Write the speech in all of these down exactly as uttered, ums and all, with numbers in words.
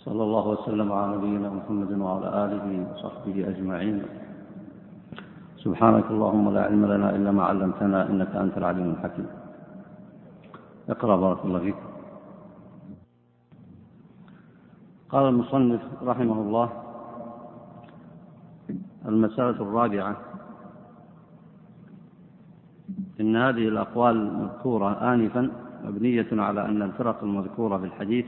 صلى الله وسلم على نبينا محمد وعلى آله وصحبه أجمعين. سبحانك اللهم لا علم لنا إلا ما علمتنا إنك أنت العليم الحكيم. اقرأ بارك الله فيك. قال المصنف رحمه الله: المسألة الرابعة: إن هذه الأقوال المذكورة آنفا مبنية على أن الفرق المذكورة في الحديث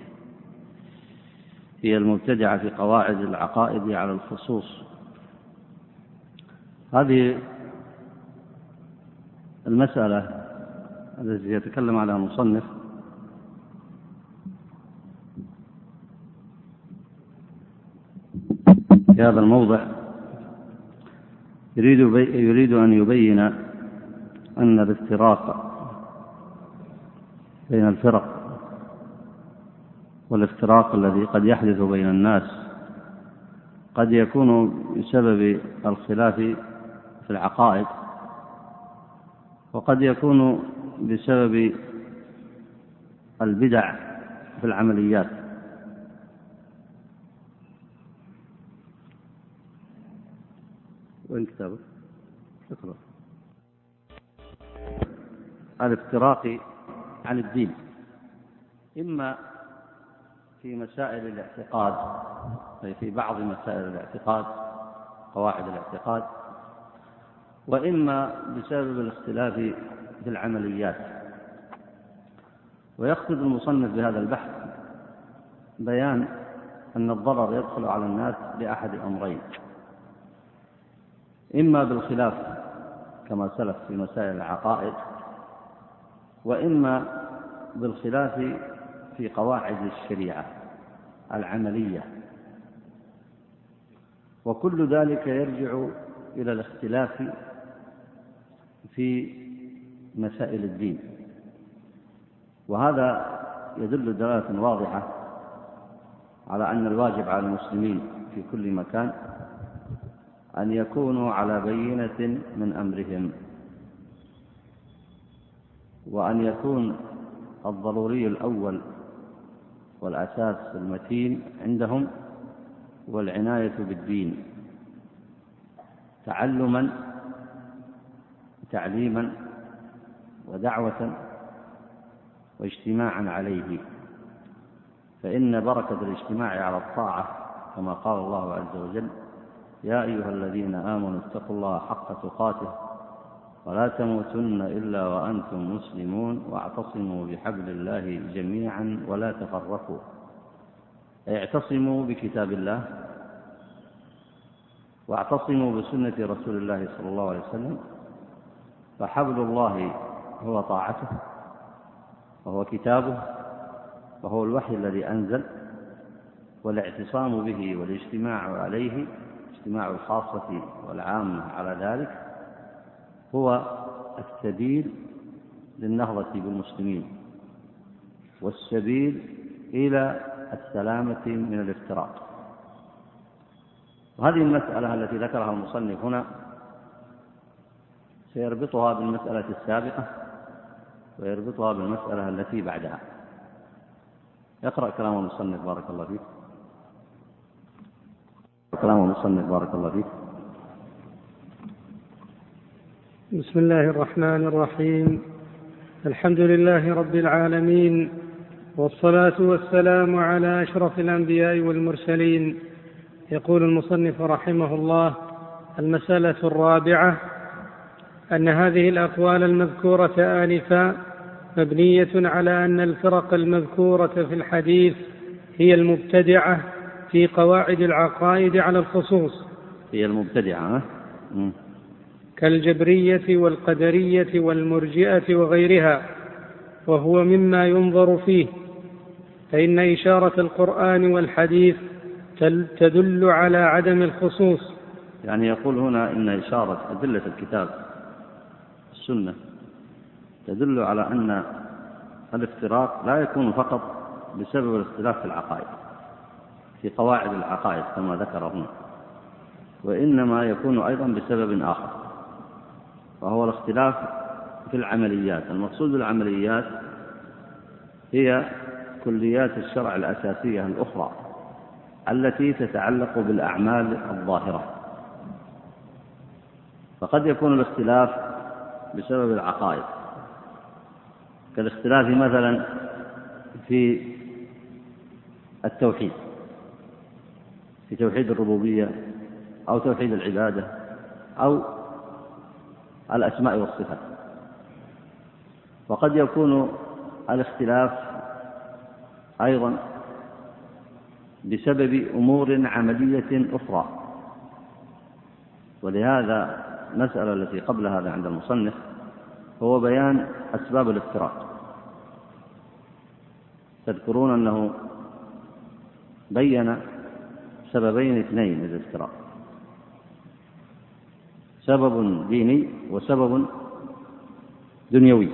هي المبتدعة في قواعد العقائد على الخصوص. هذه المسألة التي يتكلم عليها المصنف في هذا الموضع يريد, يريد أن يبين أن الافتراق بين الفرق والافتراق الذي قد يحدث بين الناس قد يكون بسبب الخلاف في العقائد، وقد يكون بسبب البدع في العمليات. وين كتابك؟ اقرأ. الافتراق عن الدين إما في مسائل الاعتقاد، أي في بعض مسائل الاعتقاد قواعد الاعتقاد، وإما بسبب الاختلاف في العمليات. ويقصد المصنف بهذا البحث بيان أن الضرر يدخل على الناس بأحد أمرين: إما بالخلاف كما سلف في مسائل العقائد، وإما بالخلاف في قواعد الشريعة العملية. وكل ذلك يرجع إلى الاختلاف في مسائل الدين، وهذا يدل دلالة واضحة على أن الواجب على المسلمين في كل مكان أن يكونوا على بينة من أمرهم، وأن يكون الضروري الأول والأساس المتين عندهم والعناية بالدين تعلما تعليما ودعوة واجتماعا عليه، فإن بركة الاجتماع على الطاعة كما قال الله عز وجل: يا أيها الذين آمنوا اتقوا الله حق تقاته ولا تموتن إلا وأنتم مسلمون واعتصموا بحبل الله جميعا ولا تفرقوا. اعتصموا بكتاب الله، واعتصموا بسنة رسول الله صلى الله عليه وسلم، فحبل الله هو طاعته وهو كتابه وهو الوحي الذي أنزل، والاعتصام به والاجتماع عليه، اجتماع الخاصة والعامة على ذلك، هو السبيل للنهضة بالمسلمين والسبيل إلى السلامة من الافتراق. وهذه المسألة التي ذكرها المصنف هنا سيربطها بالمسألة السابقة ويربطها بالمسألة التي بعدها. يقرأ كلام المصنف بارك الله فيك. كلام المصنف بارك الله فيك. بسم الله الرحمن الرحيم. الحمد لله رب العالمين، والصلاة والسلام على أشرف الأنبياء والمرسلين. يقول المصنف رحمه الله: المسألة الرابعة: أن هذه الأقوال المذكورة آنفا مبنية على أن الفرق المذكورة في الحديث هي المبتدعة في قواعد العقائد على الخصوص. هي المبتدعة كالجبرية والقدرية والمرجئة وغيرها، وهو مما ينظر فيه، فإن إشارة القرآن والحديث تدل على عدم الخصوص. يعني يقول هنا إن إشارة أدلة الكتاب السنة تدل على أن الافتراق لا يكون فقط بسبب الاختلاف في العقائد في قواعد العقائد كما ذكر هنا، وإنما يكون أيضا بسبب آخر، وهو الاختلاف في العمليات. المقصود بالعمليات هي كليات الشرع الأساسية الأخرى التي تتعلق بالأعمال الظاهرة، فقد يكون الاختلاف بسبب العقائد، كالاختلاف مثلا في التوحيد، في توحيد الربوبية أو توحيد العبادة أو الأسماء والصفات. وقد يكون الاختلاف أيضا بسبب أمور عملية أخرى، ولهذا المسألة التي قبل هذا عند المصنف هو بيان أسباب الافتراق. تذكرون أنه بين سببين اثنين للافتراق، سبب ديني وسبب دنيوي.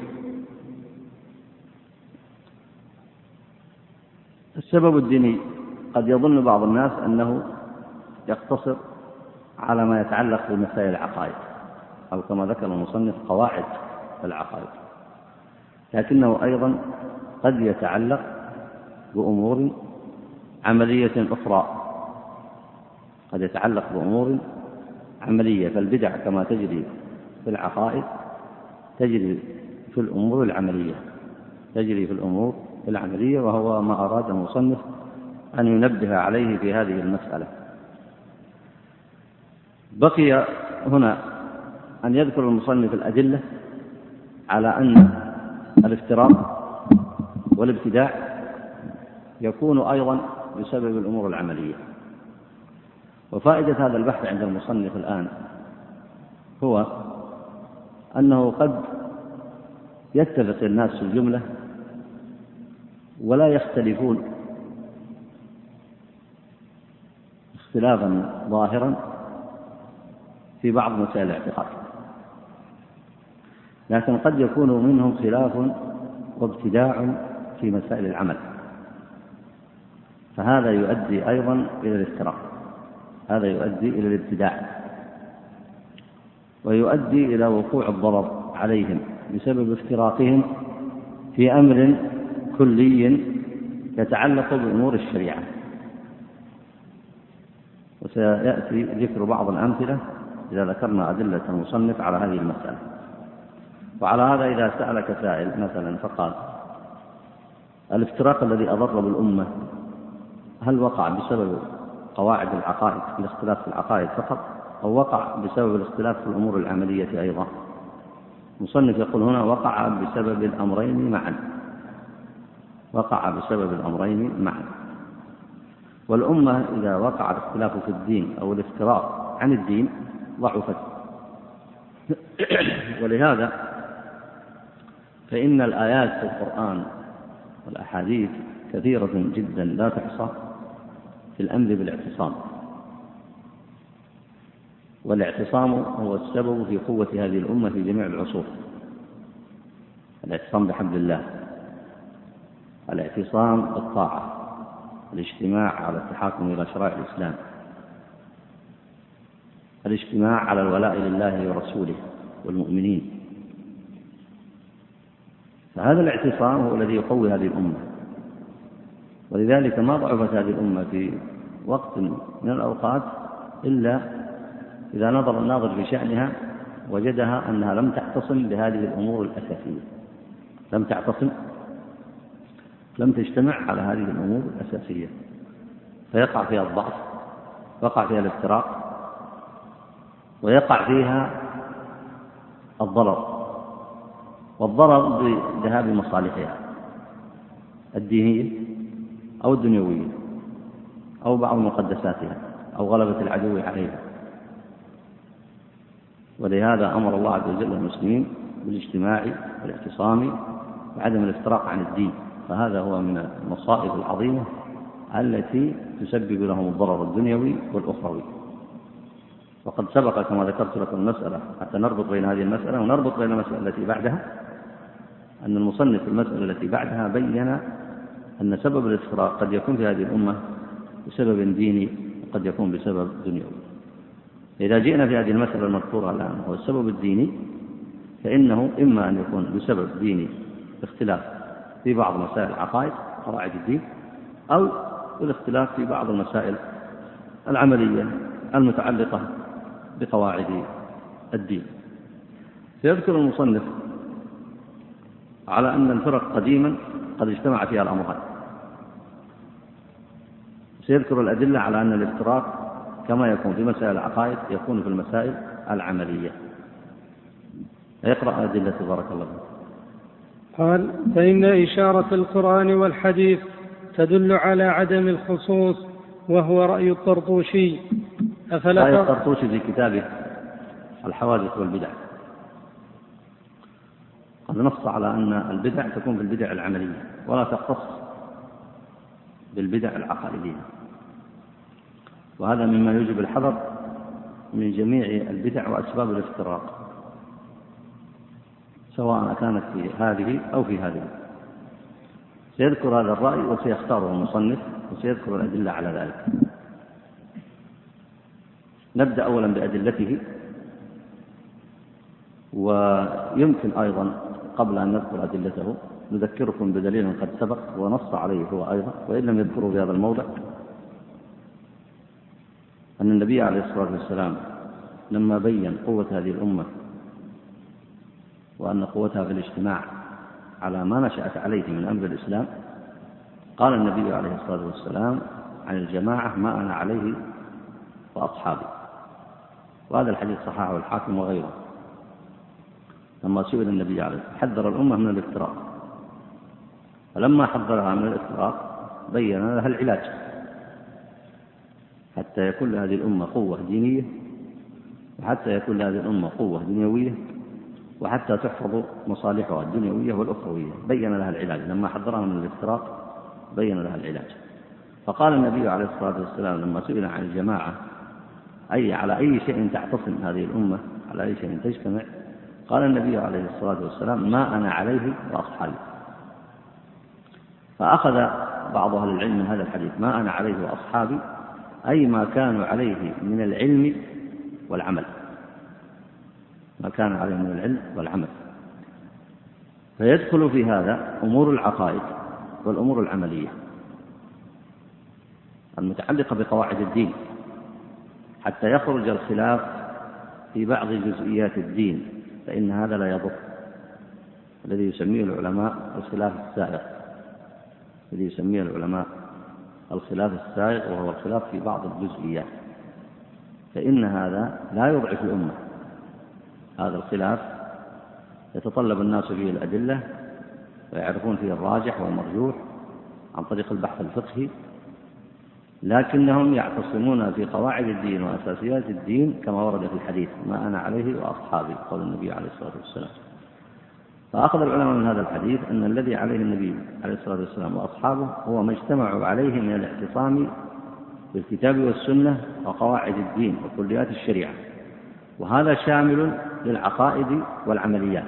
السبب الديني قد يظن بعض الناس أنه يقتصر على ما يتعلق بمسائل العقائد، أو كما ذكر المصنف قواعد العقائد، لكنه أيضا قد يتعلق بأمور عملية أخرى، قد يتعلق بأمور عملية، فالبدع كما تجري في العقائد تجري في الأمور العملية، تجري في الأمور العملية، وهو ما أراد المصنف أن ينبه عليه في هذه المسألة. بقي هنا أن يذكر المصنف الأدلة على أن الافتراق والابتداع يكون أيضا بسبب الأمور العملية. وفائدة هذا البحث عند المصنف الآن هو أنه قد يتفق الناس في الجملة ولا يختلفون اختلافا ظاهرا في بعض مسائل الاعتقاد، لكن قد يكون منهم خلاف وابتداع في مسائل العمل، فهذا يؤدي أيضا إلى الافتراق، هذا يؤدي إلى الابتداع، ويؤدي إلى وقوع الضرر عليهم بسبب افتراقهم في أمر كلي يتعلق بأمور الشريعة. وسيأتي ذكر بعض الأمثلة إذا ذكرنا أدلة المصنف على هذه المسألة. وعلى هذا إذا سألك سائل مثلا فقال الافتراق الذي أضر بالأمة هل وقع بسبب قواعد العقائد، الاختلاف في العقائد فقط، أو وقع بسبب الاختلاف في الأمور العملية أيضا؟ المصنف يقول هنا وقع بسبب الأمرين معا، وقع بسبب الأمرين معا. والأمة إذا وقع الاختلاف في الدين أو الافتراق عن الدين ضعفت، ولهذا فإن الآيات في القرآن والأحاديث كثيرة جدا لا تحصى في الأمر بالاعتصام، والاعتصام هو السبب في قوة هذه الأمة في جميع العصور. الاعتصام بحبل الله، الاعتصام بالطاعة، الاجتماع على التحاكم إلى شرائع الإسلام، الاجتماع على الولاء لله ورسوله والمؤمنين. فهذا الاعتصام هو الذي يقوي هذه الأمة، ولذلك ما ضعفت هذه الأمة في وقت من الأوقات إلا إذا نظر الناظر في شأنها وجدها أنها لم تعتصم بهذه الأمور الأساسية، لم تعتصم، لم تجتمع على هذه الأمور الأساسية، فيقع فيها الضعف، وقع فيها الافتراق، ويقع فيها الضرر، والضرر بذهاب مصالحها الدينية أو الدنيوية أو بعض مقدساتها أو غلبة العدو عليها. ولهذا أمر الله عز وجل المسلمين بالاجتماع والاعتصام وعدم الافتراق عن الدين، فهذا هو من المصائب العظيمة التي تسبب لهم الضرر الدنيوي والأخروي. وقد سبق كما ذكرت لكم المسألة حتى نربط بين هذه المسألة ونربط بين المسألة التي بعدها، أن المصنف في المسألة التي بعدها بين أن سبب الافتراق قد يكون في هذه الأمة بسبب ديني وقد يكون بسبب دنيوي. إذا جئنا في هذه المسألة المذكورة الآن هو السبب الديني، فإنه إما أن يكون بسبب ديني اختلاف في بعض مسائل العقائد قواعد الدين، أو والاختلاف في بعض المسائل العملية المتعلقة بقواعد الدين. سيذكر المصنف على أن الفرق قديما قد اجتمع فيها الأمران، سيذكر الأدلة على أن الافتراق كما يكون في مسائل العقائد يكون في المسائل العملية. يقرأ أدلة بارك الله فيك. قال: فإن إشارة القرآن والحديث تدل على عدم الخصوص، وهو رأي الطرطوشي. أفلا رأي الطرطوشي في كتابه الحوادث والبدع قد نص على أن البدع تكون في البدع العملية ولا تختص بالبدع العقائدية، وهذا مما يجب الحذر من جميع البدع وأسباب الافتراق سواء كانت في هذه أو في هذه. سيذكر هذا الرأي وسيختاره المصنف وسيذكر الأدلة على ذلك. نبدأ أولا بأدلته، ويمكن أيضا قبل أن نذكر أدلته نذكركم بدليل قد سبق ونص عليه هو أيضا وإن لم يذكره في هذا الموضع، أن النبي عليه الصلاة والسلام لما بين قوة هذه الأمة وأن قوتها في الاجتماع على ما نشأت عليه من أمر الإسلام، قال النبي عليه الصلاة والسلام عن الجماعة ما أنا عليه وأصحابي. وهذا الحديث صححه الحاكم وغيره. لما سئل النبي عليه الصلاة والسلام حذر الأمة من الافتراق، فلما حذرها من الافتراق بين لها العلاج حتى يكون لهذه الأمة قوة دينية، وحتى يكون لهذه الأمة قوة دنيوية، وحتى تحفظ مصالحها الدنيوية والأخروية. بين لها العلاج لما حذرها من الافتراق، بين لها العلاج. فقال النبي عليه الصلاة والسلام لما سئل عن الجماعة أي على أي شيء تعتصم هذه الأمة، على أي شيء تجتمع، قال النبي عليه الصلاة والسلام ما أنا عليه وأصحابي. فأخذ بعض أهل العلم من هذا الحديث ما أنا عليه وأصحابي أي ما كانوا عليه من العلم والعمل، ما كان عليه من العلم والعمل. فيدخل في هذا أمور العقائد والأمور العملية المتعلقة بقواعد الدين، حتى يخرج الخلاف في بعض جزئيات الدين، فإن هذا لا يضر، الذي يسميه العلماء الخلاف السائغ، الذي يسميه العلماء الخلاف السائغ، وهو الخلاف في بعض الجزئيات، فإن هذا لا يضعف الأمة. هذا الخلاف يتطلب الناس فيه الأدلة ويعرفون فيه الراجح والمرجوح عن طريق البحث الفقهي، لكنهم يعتصمون في قواعد الدين وأساسيات الدين كما ورد في الحديث ما أنا عليه وأصحابي، قول النبي عليه الصلاة والسلام. فأخذ العلماء من هذا الحديث أن الذي عليه النبي عليه الصلاة والسلام وأصحابه هو ما اجتمعوا عليه من الاعتصام بالكتاب والسنة وقواعد الدين وكليات الشريعة، وهذا شامل للعقائد والعمليات.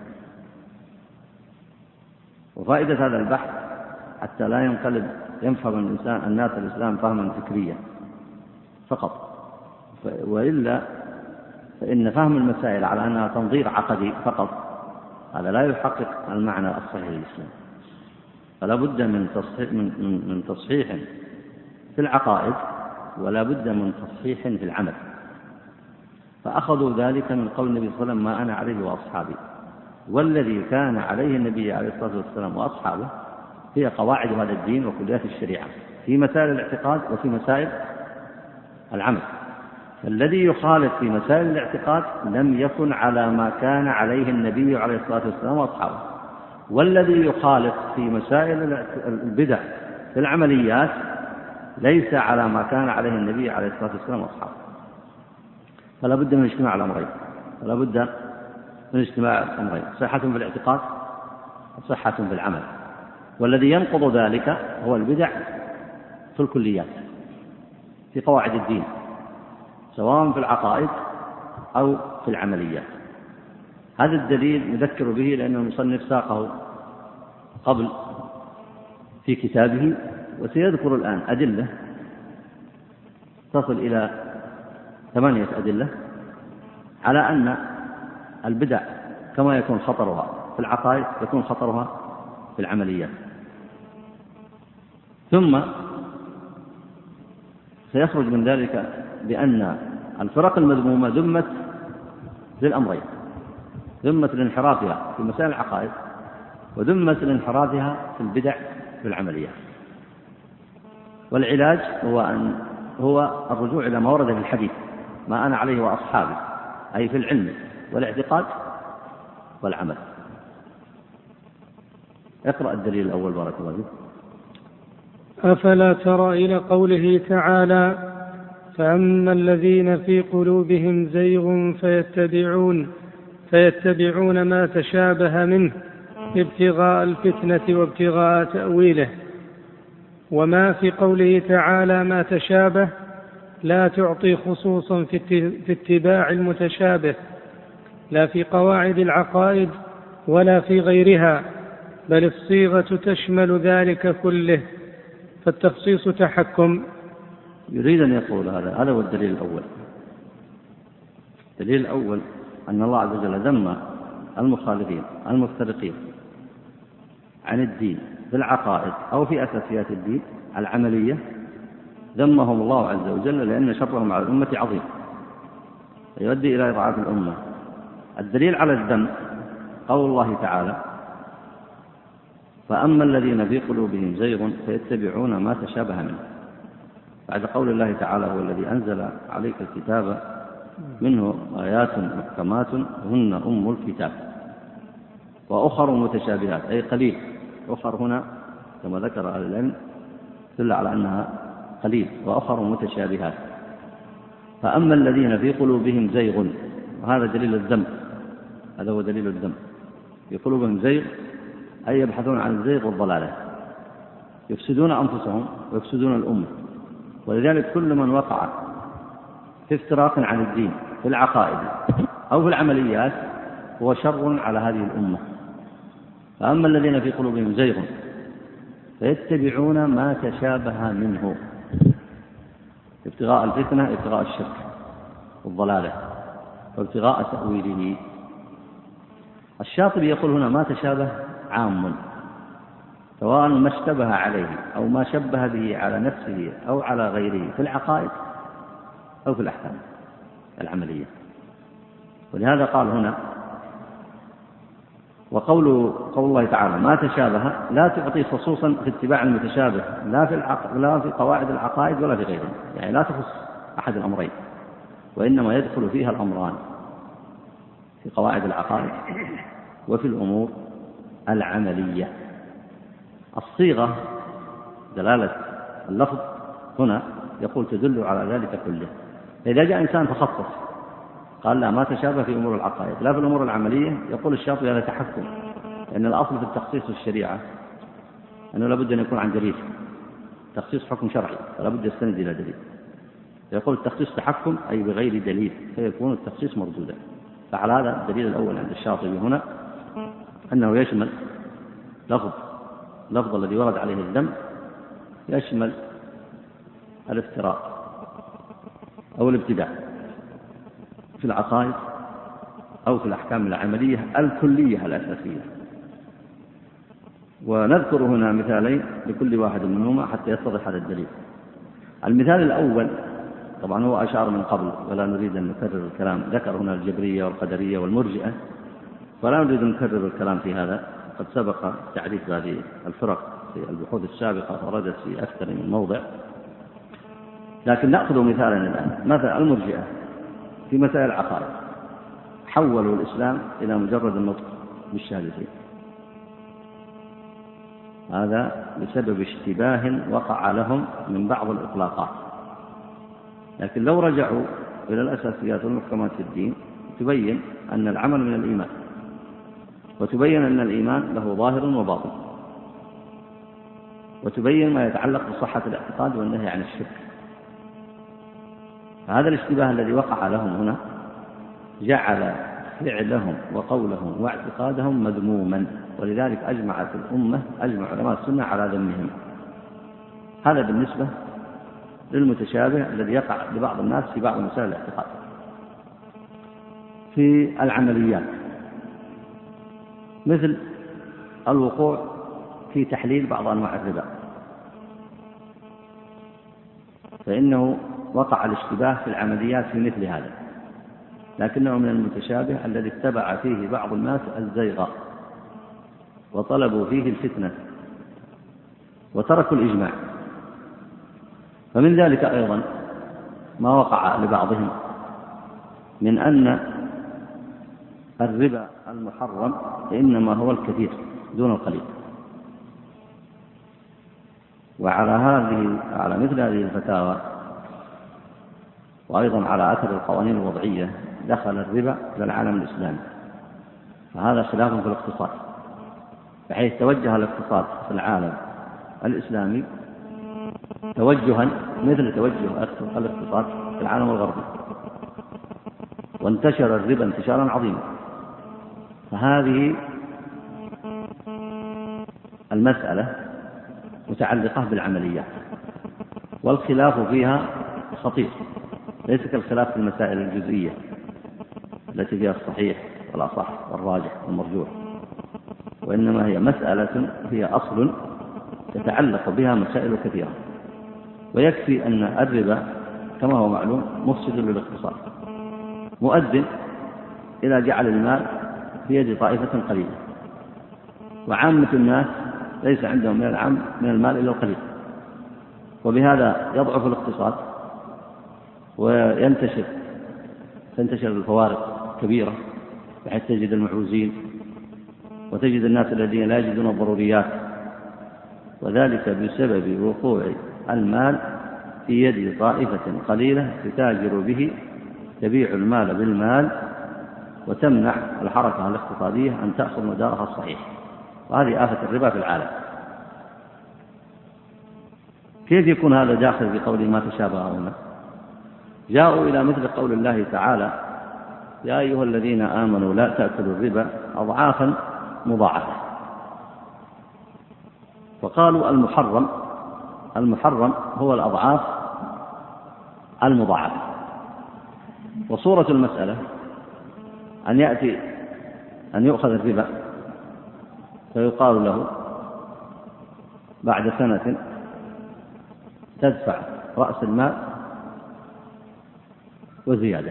وفائدة هذا البحث حتى لا ينقلب يفهم الإنسان الناس الإسلام فهما فكريا فقط، وإلا فإن فهم المسائل على أنها تنظير عقدي فقط هذا لا يحقق المعنى الصحيح للإسلام. فلا بد من تصحيح, من, من تصحيح في العقائد، ولا بد من تصحيح في العمل. فأخذوا ذلك من قول النبي صلى الله عليه وسلم ما أنا عليه وأصحابي، والذي كان عليه النبي عليه الصلاة والسلام وأصحابه هي قواعد هذا الدين وكليات الشريعة في مسائل الاعتقاد وفي مسائل العمل. فالذي يخالف في مسائل الاعتقاد لم يكن على ما كان عليه النبي عليه الصلاة والسلام وأصحابه، والذي يخالف في مسائل البدع في العمليات ليس على ما كان عليه النبي عليه الصلاة والسلام وأصحابه. فلا بد من اجتماع الأمرين، فلا بد من اجتماع الأمرين، صحة في الاعتقاد وصحة في العمل. والذي ينقض ذلك هو البدع في الكليات في قواعد الدين سواء في العقائد أو في العمليات. هذا الدليل نذكر به لأن المصنف ساقه قبل في كتابه، وسيذكر الآن أدلة تصل إلى ثمانية أدلة على أن البدع كما يكون خطرها في العقائد يكون خطرها في العمليات. ثم سيخرج من ذلك بأن الفرق المذمومة ذمت للأمرين: ذمت لانحرافها في مسائل العقائد، وذمت لانحرافها في البدع في العمليات. والعلاج هو أن هو الرجوع إلى ما ورد في الحديث: ما أنا عليه وأصحابي، أي في العلم والاعتقاد والعمل. اقرأ الدليل الأول بارك الله فيك. أفلا ترى إلى قوله تعالى: فأما الذين في قلوبهم زيغ فيتبعون فيتبعون ما تشابه منه ابتغاء الفتنة وابتغاء تأويله. وما في قوله تعالى ما تشابه لا تعطي خصوصا في اتباع المتشابه، لا في قواعد العقائد ولا في غيرها، بل الصيغة تشمل ذلك كله، فالتخصيص تحكم. يريد أن يقول هذا هذا هو الدليل الأول. الدليل الأول أن الله عز وجل ذم المخالفين المفترقين عن الدين في العقائد أو في أساسيات الدين العملية، ذمهم الله عز وجل لأن شرهم على الأمة عظيم يؤدي إلى إضعاف الأمة. الدليل على الذم قول الله تعالى: فأما الذين في قلوبهم زيغ فيتبعون ما تشابه منه، بعد قول الله تعالى: هو الذي أنزل عليك الكتاب منه آيات محكمات هن أم الكتاب وأخر متشابهات، أي قليل. أخر هنا كما ذكر أهل العلم دل على أنها قليل، وأخر متشابهات. فأما الذين في قلوبهم زيغ، وهذا دليل الذم، هذا هو دليل الذم. في قلوبهم زيغ أي يبحثون عن الزيغ والضلالة، يفسدون أنفسهم ويفسدون الأمة. ولذلك كل من وقع في افتراق عن الدين في العقائد أو في العمليات هو شر على هذه الأمة. فأما الذين في قلوبهم زيغ فيتبعون ما تشابه منه ابتغاء الفتنة، ابتغاء الشرك والضلالة، وابتغاء تأويله. الشاطبي يقول هنا: ما تشابه عام، سواء ما اشتبه عليه أو ما شبه به على نفسه أو على غيره في العقائد أو في الأحكام العملية. ولهذا قال هنا: وقول قول الله تعالى ما تشابه لا تعطي خصوصا في اتباع المتشابه، لا في العق... لا في قواعد العقائد ولا في غيرها، يعني لا تخص أحد الأمرين، وإنما يدخل فيها الأمران في قواعد العقائد وفي الأمور العملية. الصيغة دلالة اللفظ هنا يقول تدل على ذلك كله. إذا جاء إنسان فخصص قال لا ما تشابه في أمور العقائد لا في الأمور العملية، يقول الشاطبي هذا تحكم، لأن الأصل في التخصيص في الشريعة أنه لابد أن يكون عن دليل، تخصيص حكم شرعي فلا بد يستند إلى دليل. يقول التخصيص تحكم أي بغير دليل، فيكون التخصيص مردودا. فعلى هذا الدليل الأول عند الشاطبي هنا أنه يشمل لفظ لفظ الذي ورد عليه الذم، يشمل الافتراء أو الابتداع في العقائد أو في الأحكام العملية الكلية الأساسية. ونذكر هنا مثالين لكل واحد منهما حتى يتضح هذا الدليل. المثال الأول طبعا هو أشار من قبل ولا نريد أن نكرر الكلام، ذكر هنا الجبرية والقدرية والمرجئة، فلا نريد أن نكرر الكلام في هذا، قد سبق تعريف هذه الفرق في البحوث السابقة وردت في أكثر من موضع، لكن نأخذ مثالا الآن. مثلا المرجئة في مسائل العقائد حولوا الإسلام إلى مجرد النطق بالشهادتين، هذا بسبب اشتباه وقع لهم من بعض الإطلاقات. لكن لو رجعوا إلى الأساسيات والمحكمات في الدين تبين أن العمل من الإيمان، وتبين أن الإيمان له ظاهر وباطن، وتبين ما يتعلق بصحة الاعتقاد والنهي عن الشرك. هذا الاشتباه الذي وقع لهم هنا جعل فعلهم وقولهم واعتقادهم مذموما، ولذلك أجمعت الأمة أجمع علماء السنة على ذمهم. هذا بالنسبة للمتشابه الذي يقع لبعض الناس في بعض مسائل الاعتقاد. في العمليات مثل الوقوع في تحليل بعض أنواع الربا، فإنه وقع الاشتباه في العمليات في مثل هذا، لكنه من المتشابه الذي اتبع فيه بعض الناس الزيغ وطلبوا فيه الفتنة وتركوا الإجماع. فمن ذلك أيضا ما وقع لبعضهم من أن الربا المحرم إنما هو الكثير دون القليل. وعلى هذه على مثل هذه الفتاوى وأيضا على أثر القوانين الوضعية دخل الربا إلى العالم الإسلامي، فهذا خلاف في الاقتصاد، بحيث توجه الاقتصاد في العالم الإسلامي توجها مثل توجه الاقتصاد في العالم الغربي، وانتشر الربا انتشارا عظيما. فهذه المسألة متعلقة بالعمليات، والخلاف فيها خطير، ليس كالخلاف في المسائل الجزئية التي فيها الصحيح والأصح والراجح والمرجوح، وإنما هي مسألة هي أصل تتعلق بها مسائل كثيرة. ويكفي أن الربا كما هو معلوم مفسد للاقتصاد، مؤدٍ إلى جعل المال في يد طائفة قليلة، وعامة الناس ليس عندهم من العام من المال إلا القليل، وبهذا يضعف الاقتصاد وينتشر تنتشر الفوارق كبيرة، بحيث تجد المعوزين وتجد الناس الذين لا يجدون الضروريات، وذلك بسبب وقوع المال في يد طائفة قليلة تتاجر به، تبيع المال بالمال وتمنع الحركة الاقتصادية أن تأخذ مدارها الصحيح. وهذه آفة الربا في العالم. كيف يكون هذا داخل في قول ما تشابه هنا؟ جاءوا إلى مثل قول الله تعالى: يا أيها الذين آمنوا لا تأكلوا الربا أضعافا مضاعفة. وقالوا المحرم المحرم هو الأضعاف المضاعفة. وصورة المسألة أن يأتي أن يؤخذ الربا فيقال له بعد سنة تدفع رأس المال وزيادة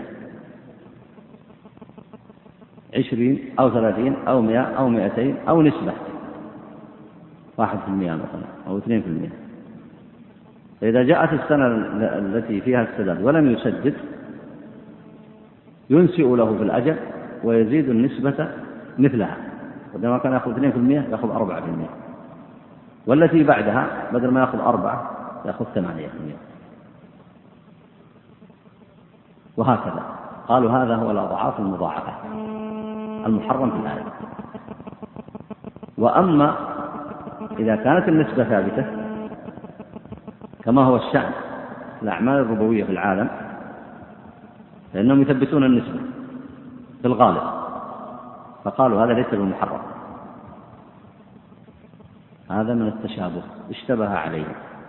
عشرين أو ثلاثين أو مئة أو مئتين أو نسبة واحد في المئة مثلا أو اثنين في المئة. فإذا جاءت السنة التي فيها السداد ولم يسدد ينسئ له في الأجل ويزيد النسبة مثلها، عندما كان يأخذ اثنين في المئة يأخذ أربعة في المئة، والتي بعدها بدل ما يأخذ أربعة يأخذ ثمانية في المئة، وهكذا. قالوا هذا هو الأضعاف المضاعفة المحرم في الآية. وأما إذا كانت النسبة ثابتة كما هو الشأن في الأعمال الربوية في العالم فإنهم يثبتون النسبة في الغالب، فقالوا هذا ليس بالمحرم، هذا من التشابه اشتبه عليه.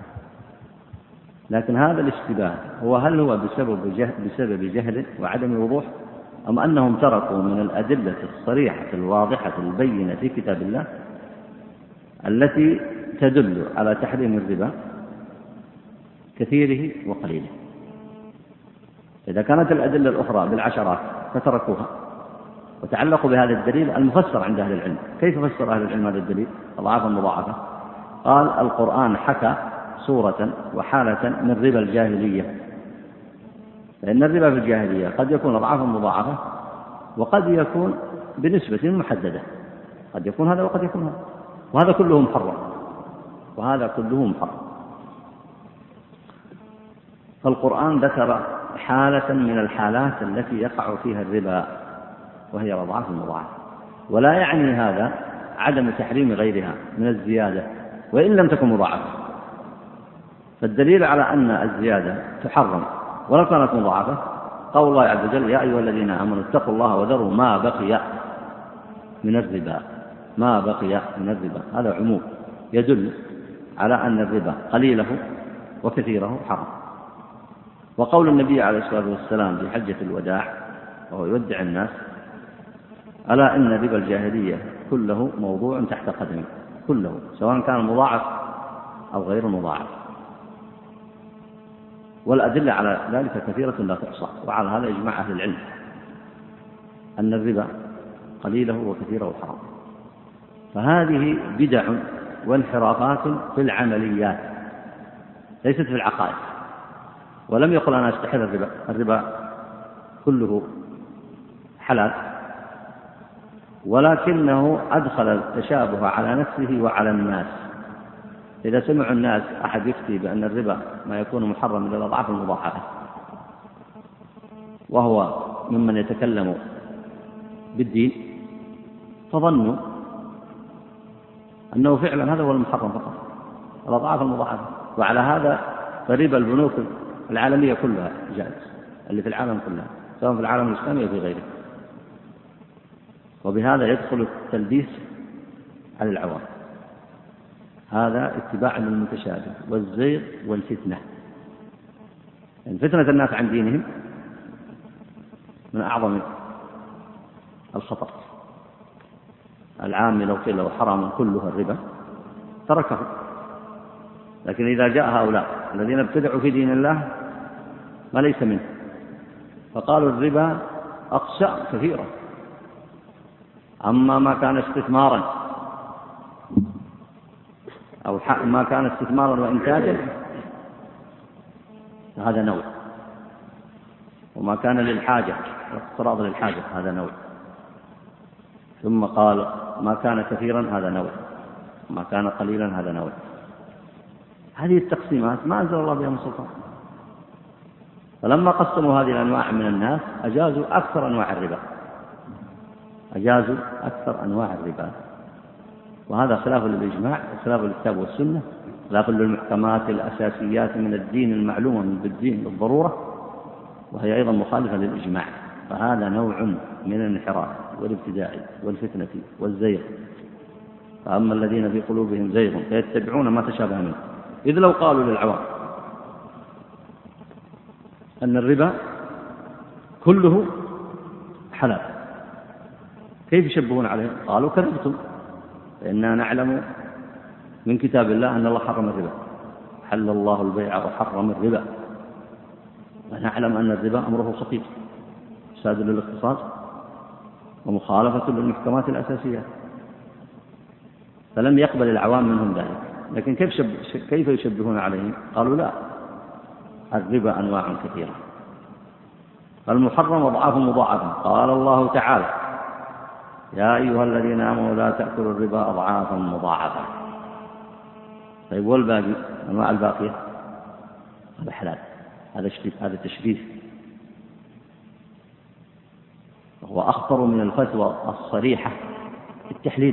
لكن هذا الاشتباه هو هل هو بسبب جهل, بسبب جهل وعدم وضوح، أم أنهم تركوا من الأدلة الصريحة الواضحة البينة في كتاب الله التي تدل على تحريم الربا كثيره وقليله؟ إذا كانت الأدلة الأخرى بالعشرات فتركوها وتعلقوا بهذا الدليل المفسر عند أهل العلم. كيف فسر أهل العلم هذا الدليل أضعافا مضاعفة؟ قال القرآن حكى صورة وحالة من ربا الجاهلية، لأن الربا في الجاهلية قد يكون أضعافا مضاعفة وقد يكون بنسبة محددة، قد يكون هذا وقد يكون هذا، وهذا كله محرم وهذا كله محرم. فالقرآن ذكر حالة من الحالات التي يقع فيها الربا وهي الأضعاف المضاعفة، ولا يعني هذا عدم تحريم غيرها من الزيادة وإن لم تكن مضاعفة. فالدليل على أن الزيادة تحرم ولو كانت مضاعفة قول الله عز وجل: يا أيها الذين آمنوا اتقوا الله وذروا ما بقي من الربا. ما بقي من الربا هذا عموم يدل على أن الربا قليله وكثيره حرام. وقول النبي عليه الصلاة والسلام في حجة الوداع وهو يودع الناس: ألا إن ربا الجاهلية كله موضوع تحت قدمي، كله سواء كان مضاعف أو غير مضاعف. والأدلة على ذلك كثيرة لا تحصى، وعلى هذا إجماع أهل العلم أن الربا قليله وكثيره حرام. فهذه بدع وانحرافات في العمليات ليست في العقائد. ولم يقل أنا أستحل الربا، الربا كله حلال، ولكنه أدخل التشابه على نفسه وعلى الناس. إذا سمع الناس أحد يفتي بأن الربا ما يكون محرم إلا الأضعاف المضاعفة، وهو ممن يتكلم بالدين، فظنوا أنه فعلا هذا هو المحرم فقط، الأضعاف المضاعفة. وعلى هذا فربا البنوك العالمية كلها جائز، اللي في العالم كلها، سواء في العالم الإسلامي أو في غيره. وبهذا يدخل التلبيس على العوام. هذا اتباع للمتشابه والزيغ والفتنة. يعني فتنة الناس عن دينهم من أعظم الخطر. العام لو قيل له حرام كله الربا تركه، لكن إذا جاء هؤلاء الذين ابتدعوا في دين الله ما ليس منه، فقالوا الربا أقسام كثيرة، أما ما كان استثمارا أو ما كان استثمارا وإنتاجا هذا نوع، وما كان للحاجة اقتراض للحاجة هذا نوع، ثم قال ما كان كثيرا هذا نوع، ما كان قليلا هذا نوع. هذه التقسيمات ما أنزل الله بها من سلطان. فلما قسموا هذه الأنواع من الناس أجازوا أكثر أنواع الربا، أجازوا أكثر أنواع الربا. وهذا خلاف للإجماع وخلاف للكتاب والسنة، خلاف للمحكمات الأساسيات من الدين المعلومة من بالدين بالضرورة، وهي أيضا مخالفة للإجماع. فهذا نوع من الانحراف والابتداع والفتنة والزيغ. فأما الذين في قلوبهم زيغ فيتبعون ما تشابه منه. إذ لو قالوا للعوام أن الربا كله حلال كيف يشبهون عليه؟ قالوا كذبتم، فإننا نعلم من كتاب الله أن الله حرم الربا، حل الله البيع وحرم الربا، ونعلم أن الربا أمره خطير، إفساد للاقتصاد ومخالفة للمحكمات الأساسية. فلم يقبل العوام منهم ذلك. لكن كيف, شب... كيف يشبهون عليه؟ قالوا لا، الربا أنواع كثيرة، المحرم أضعاف مضاعفة. قال الله تعالى يا أيها الذين آمنوا لا تأكلوا الربا أضعافا مضاعفة. طيب والباقي أنواع الباقية هذا حلال، هذا هذا تشبيه، وهو أخطر من الفتوى الصريحة بالتحليل،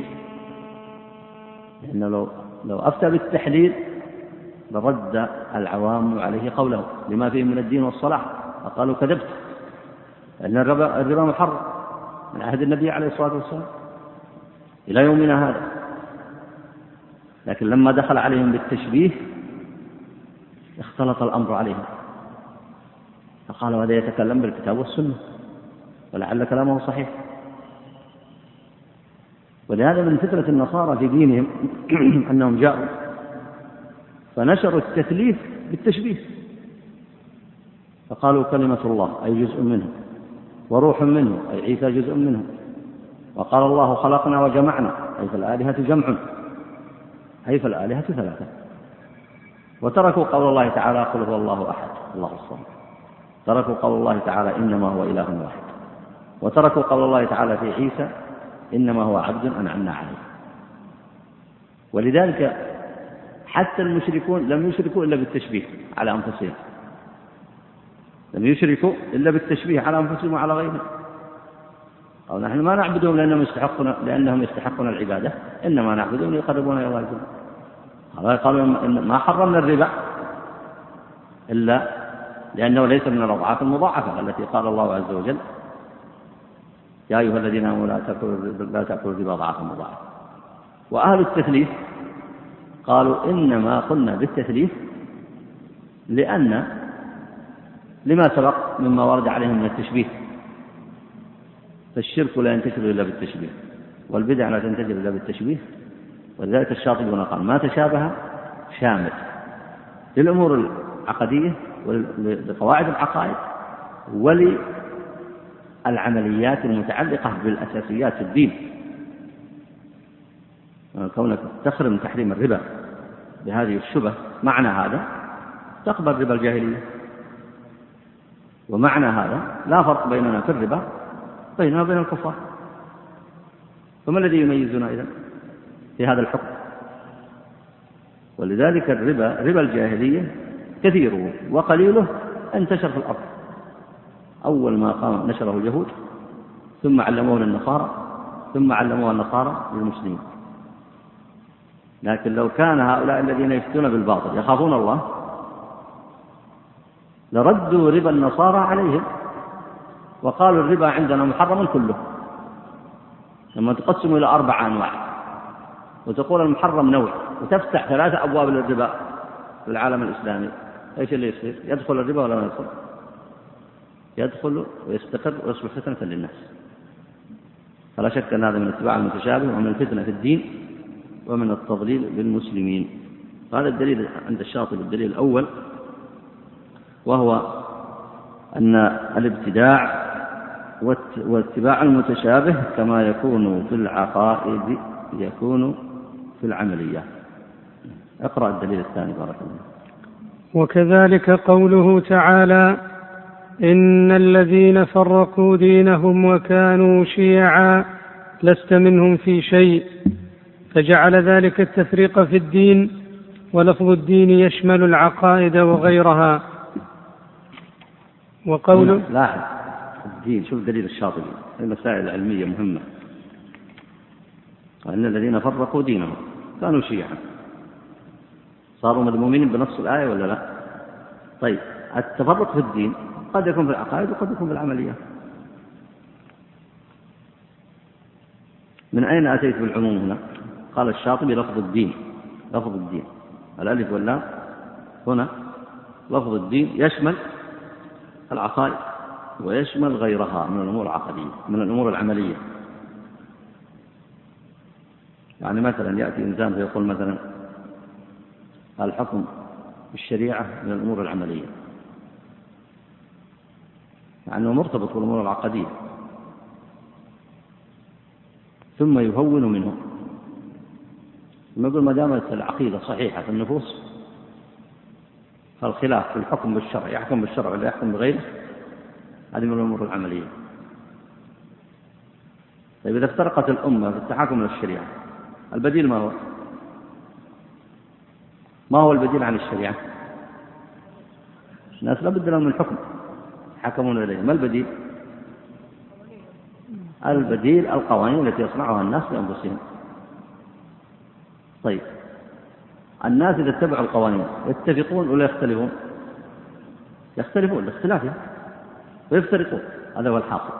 لأنه لو لو أفتى بالتحليل لرد العوام عليه قوله لما فيه من الدين والصلاح، فقالوا كذبت، لأن الربا الربا محرم من عهد النبي عليه الصلاة والسلام إلى يومنا هذا. لكن لما دخل عليهم بالتشبيه اختلط الأمر عليهم، فقالوا هذا يتكلم بالكتاب والسنة ولعل كلامه صحيح. ولهذا من فترة النصارى في دينهم أنهم جاءوا فنشروا التثليث بالتشبيه، فقالوا كلمة الله أي جزء منه، وروح منه أي عيسى جزء منه، وقال الله خلقنا وجمعنا أي فالآلهة جمع أي فالآلهة ثلاثة. وتركوا قول الله تعالى قل هو الله أحد الله الصمد، تركوا قول الله تعالى إنما هو إله واحد، وتركوا قول الله تعالى في عيسى إنما هو عبد أنعمنا عليه. ولذلك حتى المشركون لم يشركوا إلا بالتشبيه على أنفسهم، لم يشركوا إلا بالتشبيه على أنفسهم وعلى غيرهم. أو نحن ما نعبدهم لأنهم يستحقون لأنهم يستحقون العبادة، إنما نعبدهم ليقربونا إلى الله عز. قالوا ما حرمنا الربا إلا لأنه ليس من الأضعاف المضاعفة التي قال الله عز وجل يا أيها الذين آمنوا لا تأكلوا الربا أضعافا مضاعفة. وأهل التثليث قالوا إنما قلنا بالتثليث لأن لما سبق مما ورد عليهم من التشبيه، فالشرك لا ينتشر إلا بالتشبيه، والبدع لا تنتشر إلا بالتشبيه. ولذلك الشاطبي قال ما تشابه شامل للأمور العقدية ولقواعد العقائد وللعمليات المتعلقة بالأساسيات في الدين. كونك تخرم تحريم الربا بهذه الشبه معنى هذا تقبل ربا الجاهلية، ومعنى هذا لا فرق بيننا في الربا بيننا وبين الكفار. فما الذي يميزنا إذن في هذا الحكم؟ ولذلك الربا ربا الجاهلية كثيره وقليله انتشر في الأرض. أول ما قام نشره اليهود، ثم علموه للنصارى، ثم علموه النصارى للمسلمين. لكن لو كان هؤلاء الذين يفتون بالباطل يخافون الله لردوا ربا النصارى عليهم وقالوا الربا عندنا محرم كله. لما تقسم إلى أربع أنواع وتقول المحرم نوع وتفتح ثلاثة أبواب للربا في العالم الإسلامي، إيش اللي يصير؟ يدخل الربا ولا ما يدخل؟ يدخل ويستقر ويصبح فتنة للناس. فلا شك أن هذا من اتباع المتشابه ومن الفتنة في الدين ومن التضليل للمسلمين. هذا الدليل عند الشاطبي الدليل الأول، وهو أن الابتداع واتباع المتشابه كما يكون في العقائد يكون في العمليات. اقرأ الدليل الثاني بارك الله. وكذلك قوله تعالى: إن الذين فرقوا دينهم وكانوا شيعا لست منهم في شيء، فجعل ذلك التفريق في الدين، ولفظ الدين يشمل العقائد وغيرها. وقوله لاحظ الدين، شوف دليل الشاطبي، المسائل العلمية مهمة. وإن الذين فرقوا دينهم كانوا شيعا، صاروا مذمومين بنص الآية ولا لا؟ طيب التفرق في الدين قد يكون في العقائد وقد يكون في العمليات. من أين أتيت بالعموم هنا؟ قال الشاطبي لفظ الدين، لفظ الدين الألف واللام هنا لفظ الدين يشمل العقائد ويشمل غيرها من الأمور العقدية من الأمور العملية. يعني مثلا يأتي إنسان فيقول مثلا الحكم بالشريعة من الأمور العملية، يعني مرتبط بالأمور العقدية، ثم يهون منه. ثم يقول ما دامت العقيدة صحيحة في النفوس فالخلاف في الحكم بالشرع يحكم بالشرع ولا يحكم بغيره، هذه من الأمور العملية. طيب إذا افترقت الأمة في التحاكم للشريعة البديل ما هو؟ ما هو البديل عن الشريعة؟ الناس لا بد لهم من حكم يحكمون إليه. ما البديل؟ البديل القوانين التي يصنعها الناس لأنفسهم. طيب الناس إذا اتبعوا القوانين يتفقون ولا يختلفون؟ يختلفون لاختلافهم ويفترقون، هذا هو الحاصل.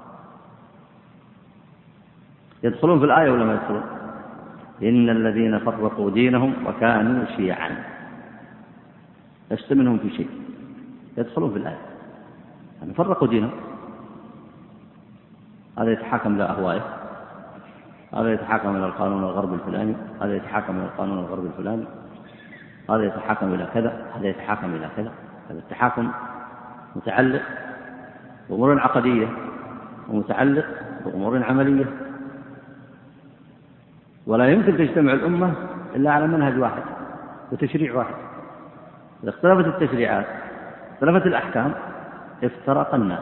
يدخلون في الآية ولا ما يدخلون؟ إن الذين فرقوا دينهم وكانوا شيعا لست منهم في شيء، يدخلون في الآية. يعني فرقوا دينهم، هذا يتحاكم إلى أهوائه، هذا يتحاكم إلى القانون الغربي الفلاني، هذا يتحاكم إلى القانون الغربي الفلاني، هذا يتحاكم إلى كذا، هذا يتحاكم إلى كذا. هذا التحاكم متعلق بأمور عقدية ومتعلق بأمور عملية، ولا يمكن تجتمع الأمة إلا على منهج واحد وتشريع واحد. إذا اختلفت التشريعات اختلفت الأحكام افترق الناس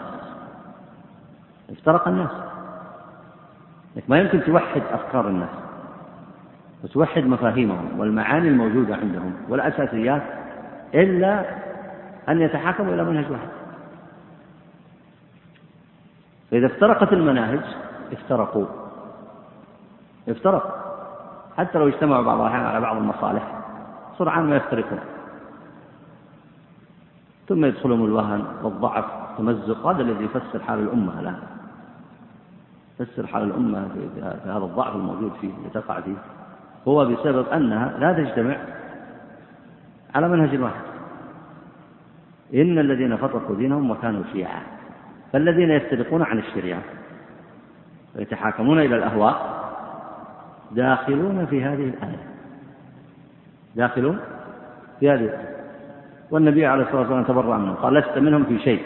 افترق الناس لكن ما يمكن توحد أفكار الناس وتوحد مفاهيمهم والمعاني الموجودة عندهم والأساسيات إلا أن يتحاكموا إلى منهج واحد. فإذا افترقت المناهج افترقوا افترقوا حتى لو اجتمعوا بعض الأحيان على بعض المصالح سرعان ما يفترقون، ثم يدخلهم الوهن والضعف والتمزق. هذا الذي يفسر حال الأمة الآن، يفسر حال الأمة في هذا الضعف الموجود فيه اللي تقع فيه، هو بسبب أنها لا تجتمع على منهج واحد. إن الذين فرقوا دينهم وكانوا شيعا، فالذين يفترقون عن الشريعة ويتحاكمون إلى الأهواء داخلون في هذه الآية، داخلون في هذه الآية. والنبي عليه الصلاة والسلام تبرأ منهم قال لست منهم في شيء،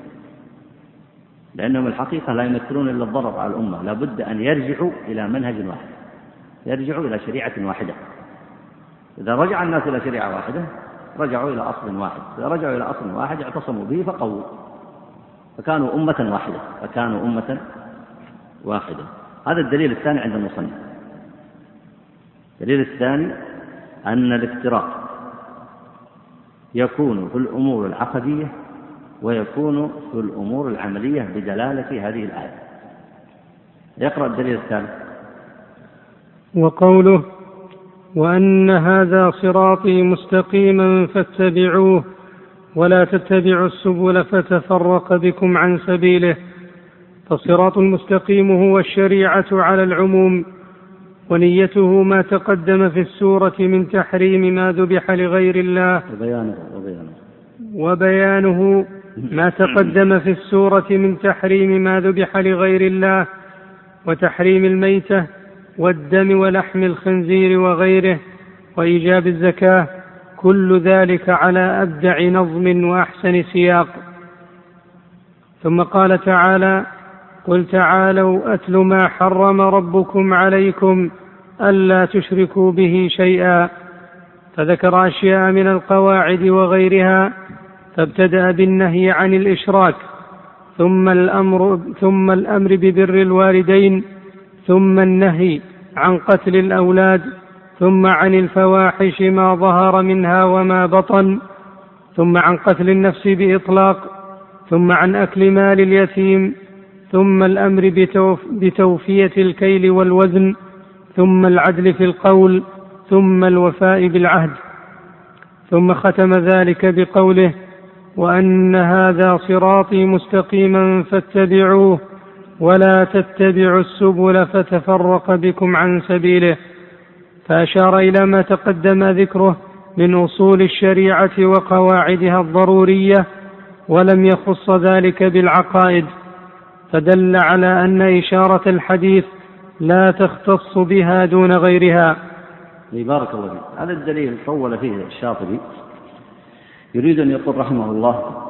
لأنهم الحقيقة لا يمثلون إلا الضرر على الأمة، لا بد أن يرجعوا إلى منهج واحد، يرجعوا إلى شريعة واحدة. إذا رجع الناس إلى شريعة واحدة رجعوا إلى أصل واحد، إذا رجعوا إلى أصل واحد اعتصموا به فقووا، فكانوا أمة واحدة فكانوا أمة واحدة. هذا الدليل الثاني عند المصنف. الدليل الثاني أن الافتراق يكون في الأمور العقدية ويكون في الأمور العملية بدلالة هذه الآية. يقرأ الدليل الثالث. وقوله وأن هذا صراطي مستقيما فاتبعوه ولا تتبعوا السبل فتفرق بكم عن سبيله. فالصراط المستقيم هو الشريعة على العموم، ونيته ما تقدم في السورة من تحريم ما ذبح لغير الله وبيانه, وبيانه, وبيانه ما تقدم في السورة من تحريم ما ذبح لغير الله وتحريم الميتة والدم ولحم الخنزير وغيره وإيجاب الزكاة، كل ذلك على أبدع نظم وأحسن سياق. ثم قال تعالى قل تعالوا أتل ما حرم ربكم عليكم ألا تشركوا به شيئا، فذكر أشياء من القواعد وغيرها، فابتدأ بالنهي عن الإشراك، ثم الأمر, ثم الأمر ببر الوالدين، ثم النهي عن قتل الأولاد، ثم عن الفواحش ما ظهر منها وما بطن، ثم عن قتل النفس بإطلاق، ثم عن أكل مال اليتيم، ثم الأمر بتوف بتوفية الكيل والوزن، ثم العدل في القول، ثم الوفاء بالعهد. ثم ختم ذلك بقوله وأن هذا صراطي مستقيما فاتبعوه ولا تتبعوا السبل فتفرق بكم عن سبيله، فأشار إلى ما تقدم ذكره من أصول الشريعة وقواعدها الضرورية، ولم يخص ذلك بالعقائد، فدل على أن إشارة الحديث لا تختص بها دون غيرها. بارك الله فيك. هذا الدليل طول فيه الشاطبي، يريد أن يقول رحمه الله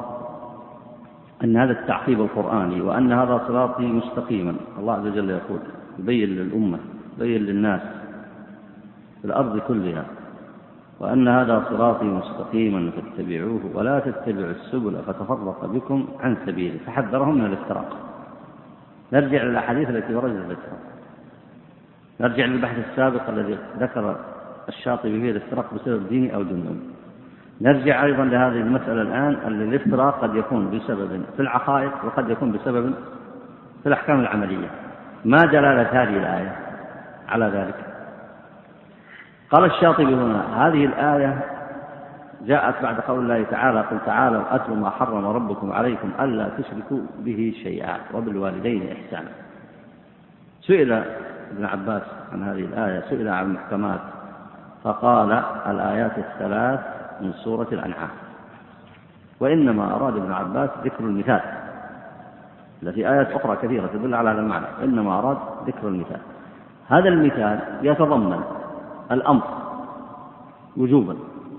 أن هذا التعقيب القرآني وأن هذا صراطي مستقيما، الله عز وجل يقول يبين للأمة يبين للناس في الأرض كلها، وأن هذا صراطي مستقيما فاتبعوه ولا تتبعوا السبل فتفرق بكم عن سبيله، فحذرهم من الافتراق. نرجع للأحاديث التي وردت الافتراق، نرجع للبحث السابق الذي ذكر الشاطبي فيه الافتراق بسبب ديني أو دنيوي، نرجع أيضا لهذه المسألة الآن أن الافتراق قد يكون بسبب في العقائد وقد يكون بسبب في الأحكام العملية. ما دلالة هذه الآية على ذلك؟ قال الشاطبي هنا هذه الآية جاءت بعد قول الله تعالى قل تعالوا أتل ما حرم ربكم عليكم ألا تشركوا به شيئا وبالوالدين إحسانا. سئل ابن عباس عن هذه الآية، سئل عن المحكمات فقال الآيات الثلاث من سورة الأنعام، وإنما أراد ابن عباس ذكر المثال التي آيات أخرى كثيرة تدل على هذا المعنى، إنما أراد ذكر المثال. هذا المثال يتضمن الأمر وجوبا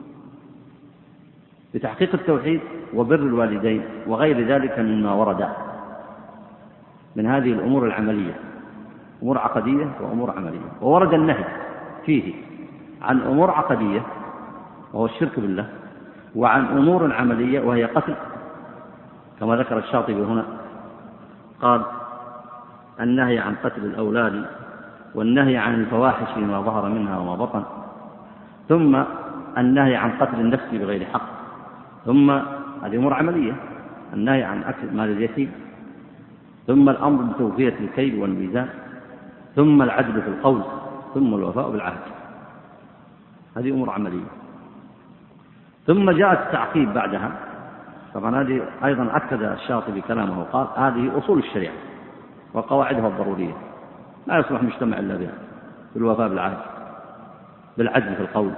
بتحقيق التوحيد وبر الوالدين وغير ذلك مما ورد من هذه الأمور العملية، أمور عقدية وأمور عملية. وورد النهي فيه عن أمور عقدية وهو الشرك بالله، وعن أمور عملية وهي قتل، كما ذكر الشاطبي هنا قال النهي عن قتل الأولاد والنهي عن الفواحش ما ظهر منها وما بطن، ثم النهي عن قتل النفس بغير حق، ثم هذه أمور عملية النهي عن أكل مال اليتيم، ثم الأمر بتوفية الكيل والميزان، ثم العدل في القول، ثم الوفاء بالعهد. هذه أمور عملية. ثم جاء التعقيب بعدها، طبعا هذه أيضا أكد الشاطبي كلامه وقال هذه أصول الشريعة وقواعدها الضرورية لا يصلح مجتمع إلا بها، بالوفاء بالعهد، بالعدل في القول،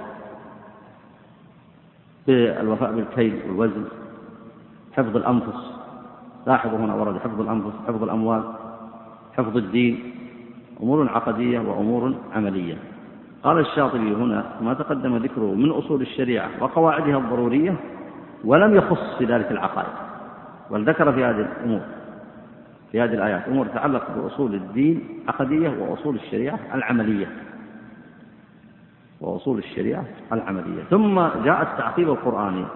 بالوفاء بالكيل والوزن، حفظ الأنفس. لاحظوا هنا ورد حفظ الأنفس، حفظ الأموال، حفظ الدين، أمور عقدية وأمور عملية. قال الشاطبي هنا ما تقدم ذكره من أصول الشريعة وقواعدها الضرورية ولم يخص في ذلك العقائد، بل ذكر في هذه الأمور في هذه الآيات أمور تتعلق بأصول الدين عقدية وأصول الشريعة العملية وأصول الشريعة العملية. ثم جاء التعقيب القرآني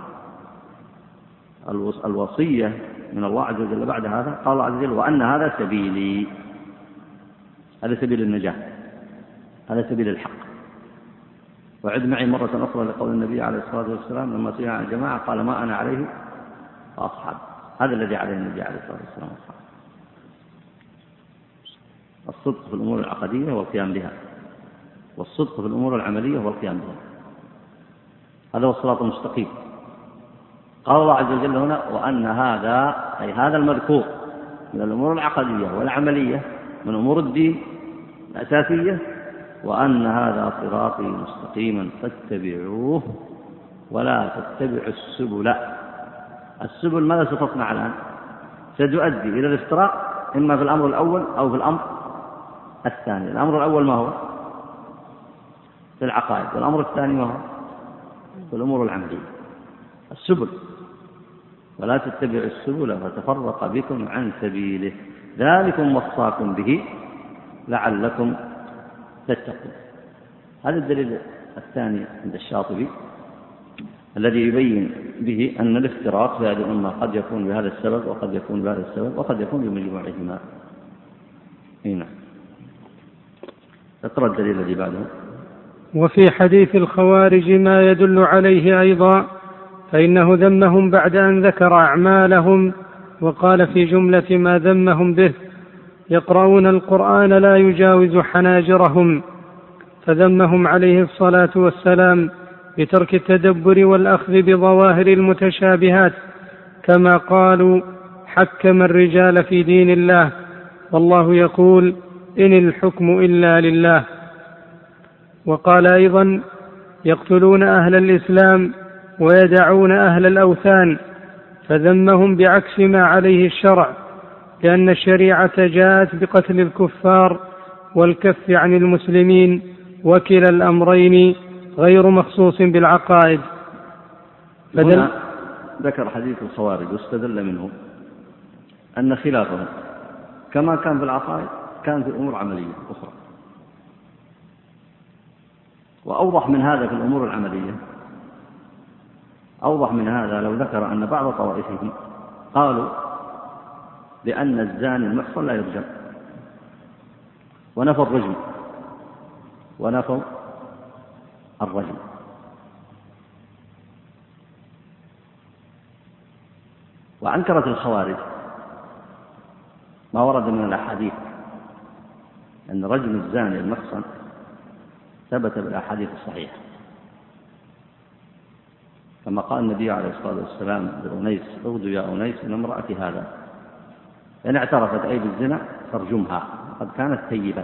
الوصية من الله عز وجل بعد هذا، قال الله عز وجل: وأن هذا سبيلي، هذا سبيل النجاة، هذا سبيل الحق. وعد معي مرة أخرى لقول النبي عليه الصلاة والسلام لما سئل عن الجماعة قال: ما أنا عليه وأصحاب. هذا الذي عليه النبي عليه الصلاة والسلام وأصحابه: الصدق في الأمور العقدية والقيام بها، والصدق في الأمور العملية والقيام بها. هذا هو الصراط المستقيم. قال الله عز وجل هنا: وأن هذا، أي هذا المذكور من الأمور العقدية والعملية من أمور الدين الأساسية، وأن هذا صراطي مستقيما فاتبعوه ولا تتبعوا السبل. السبل ماذا ستصنع الآن؟ ستؤدي إلى الافتراق، إما في الأمر الأول أو في الأمر الثاني. الأمر الأول ما هو؟ في العقائد. والأمر الثاني ما هو؟ في الأمور العملية. السبل: ولا تتبعوا السبل فتفرق بكم عن سبيله ذلكم وصاكم به لعلكم تتقون. هذا الدليل الثاني عند الشاطبي الذي يبين به أن الافتراق في هذه الأمة قد يكون بهذا السبب وقد يكون بهذا السبب وقد يكون بمجموعهما. هنا اقرأ الدليل الذي بعده. وفي حديث الخوارج ما يدل عليه أيضا، فإنه ذمهم بعد أن ذكر أعمالهم، وقال في جملة ما ذمهم به: يقرؤون القرآن لا يجاوز حناجرهم. فذمهم عليه الصلاة والسلام بترك التدبر والأخذ بظواهر المتشابهات، كما قالوا: حكم الرجال في دين الله، والله يقول: إن الحكم إلا لله. وقال أيضا: يقتلون أهل الإسلام ويدعون أهل الأوثان. فذمهم بعكس ما عليه الشرع، لأن الشريعة جاءت بقتل الكفار والكف عن المسلمين، وكلا الأمرين غير مخصوص بالعقائد. هنا ذكر حديث الخوارج واستدل منه أن خلافهم كما كان في العقائد كان في أمور عملية أخرى. وأوضح من هذا في الأمور العملية، أوضح من هذا لو ذكر أن بعض طوائفهم قالوا بأن الزاني المحصن لا يرجم، ونفوا الرجم ونفوا الرجم. وأنكرت الخوارج ما ورد من الأحاديث أن رجم الزاني المحصن ثبت بالأحاديث الصحيحة، كما قال النبي عليه الصلاة والسلام لأنيس: اغدو يا أنيس من امرأة هذا، إن اعترفت أي بالزنا فارجمها، قد كانت ثيبا.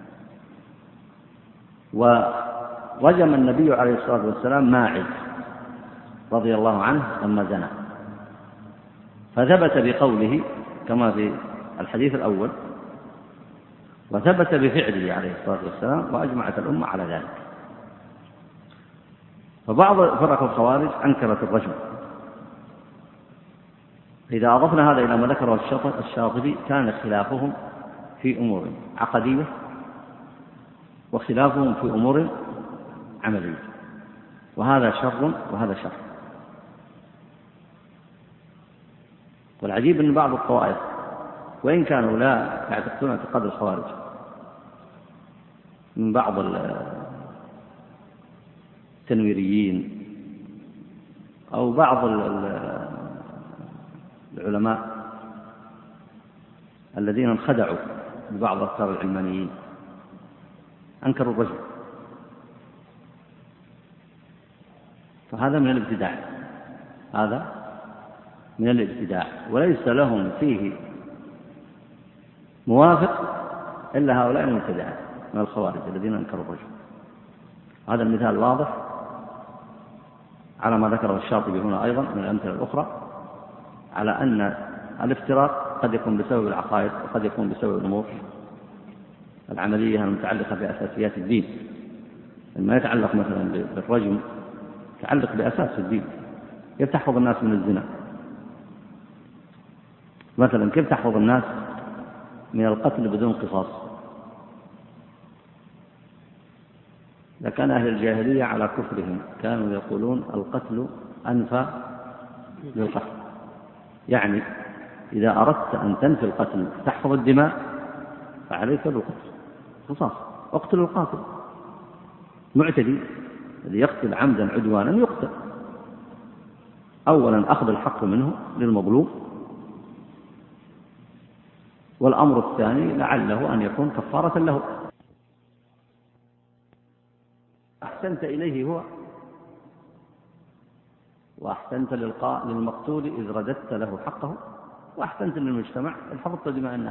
ورجم النبي عليه الصلاة والسلام ماعز رضي الله عنه لما زنى، فثبت بقوله كما في الحديث الأول، وثبت بفعله عليه الصلاة والسلام، وأجمعت الأمة على ذلك. فبعض فرق الخوارج أنكرت الرجم. إذا أضفنا هذا إلى ما ذكره الشاطبي كان خلافهم في أمور عقدية وخلافهم في أمور عملية، وهذا شر وهذا شر. والعجيب أن بعض الطوائف وإن كانوا لا يعتقدون اعتقاد الخوارج من بعض التنويريين أو بعض العلماء الذين انخدعوا ببعض أفكار العلمانيين أنكروا الرجل، فهذا من الابتداع، هذا من الابتداع، وليس لهم فيه موافق إلا هؤلاء المبتدعين من الخوارج الذين أنكروا الرجل. هذا المثال واضح على ما ذكره الشاطبي هنا أيضا من الأمثلة الأخرى على أن الافتراق قد يكون بسبب العقائد وقد يكون بسبب الأمور العملية المتعلقة بأساسيات الدين. ما يتعلق مثلا بالرجم يتعلق بأساس الدين، كيف تحفظ الناس من الزنا؟ مثلا كيف تحفظ الناس من القتل بدون قصاص؟ لكان أهل الجاهلية على كفرهم كانوا يقولون القتل أنفى للقتل، يعني إذا أردت أن تنفي القتل تحفظ الدماء فعليك بالقتل قصاص، اقتل القاتل. معتدي الذي يقتل عمدا عدوانا يقتل، أولا أخذ الحق منه للمظلوم، والأمر الثاني لعله أن يكون كفارة له. أحسنت إليه هو وأحسنت للمقتول إذ رددت له حقه، وأحسنت للمجتمع إذ حفظت دماء الناس.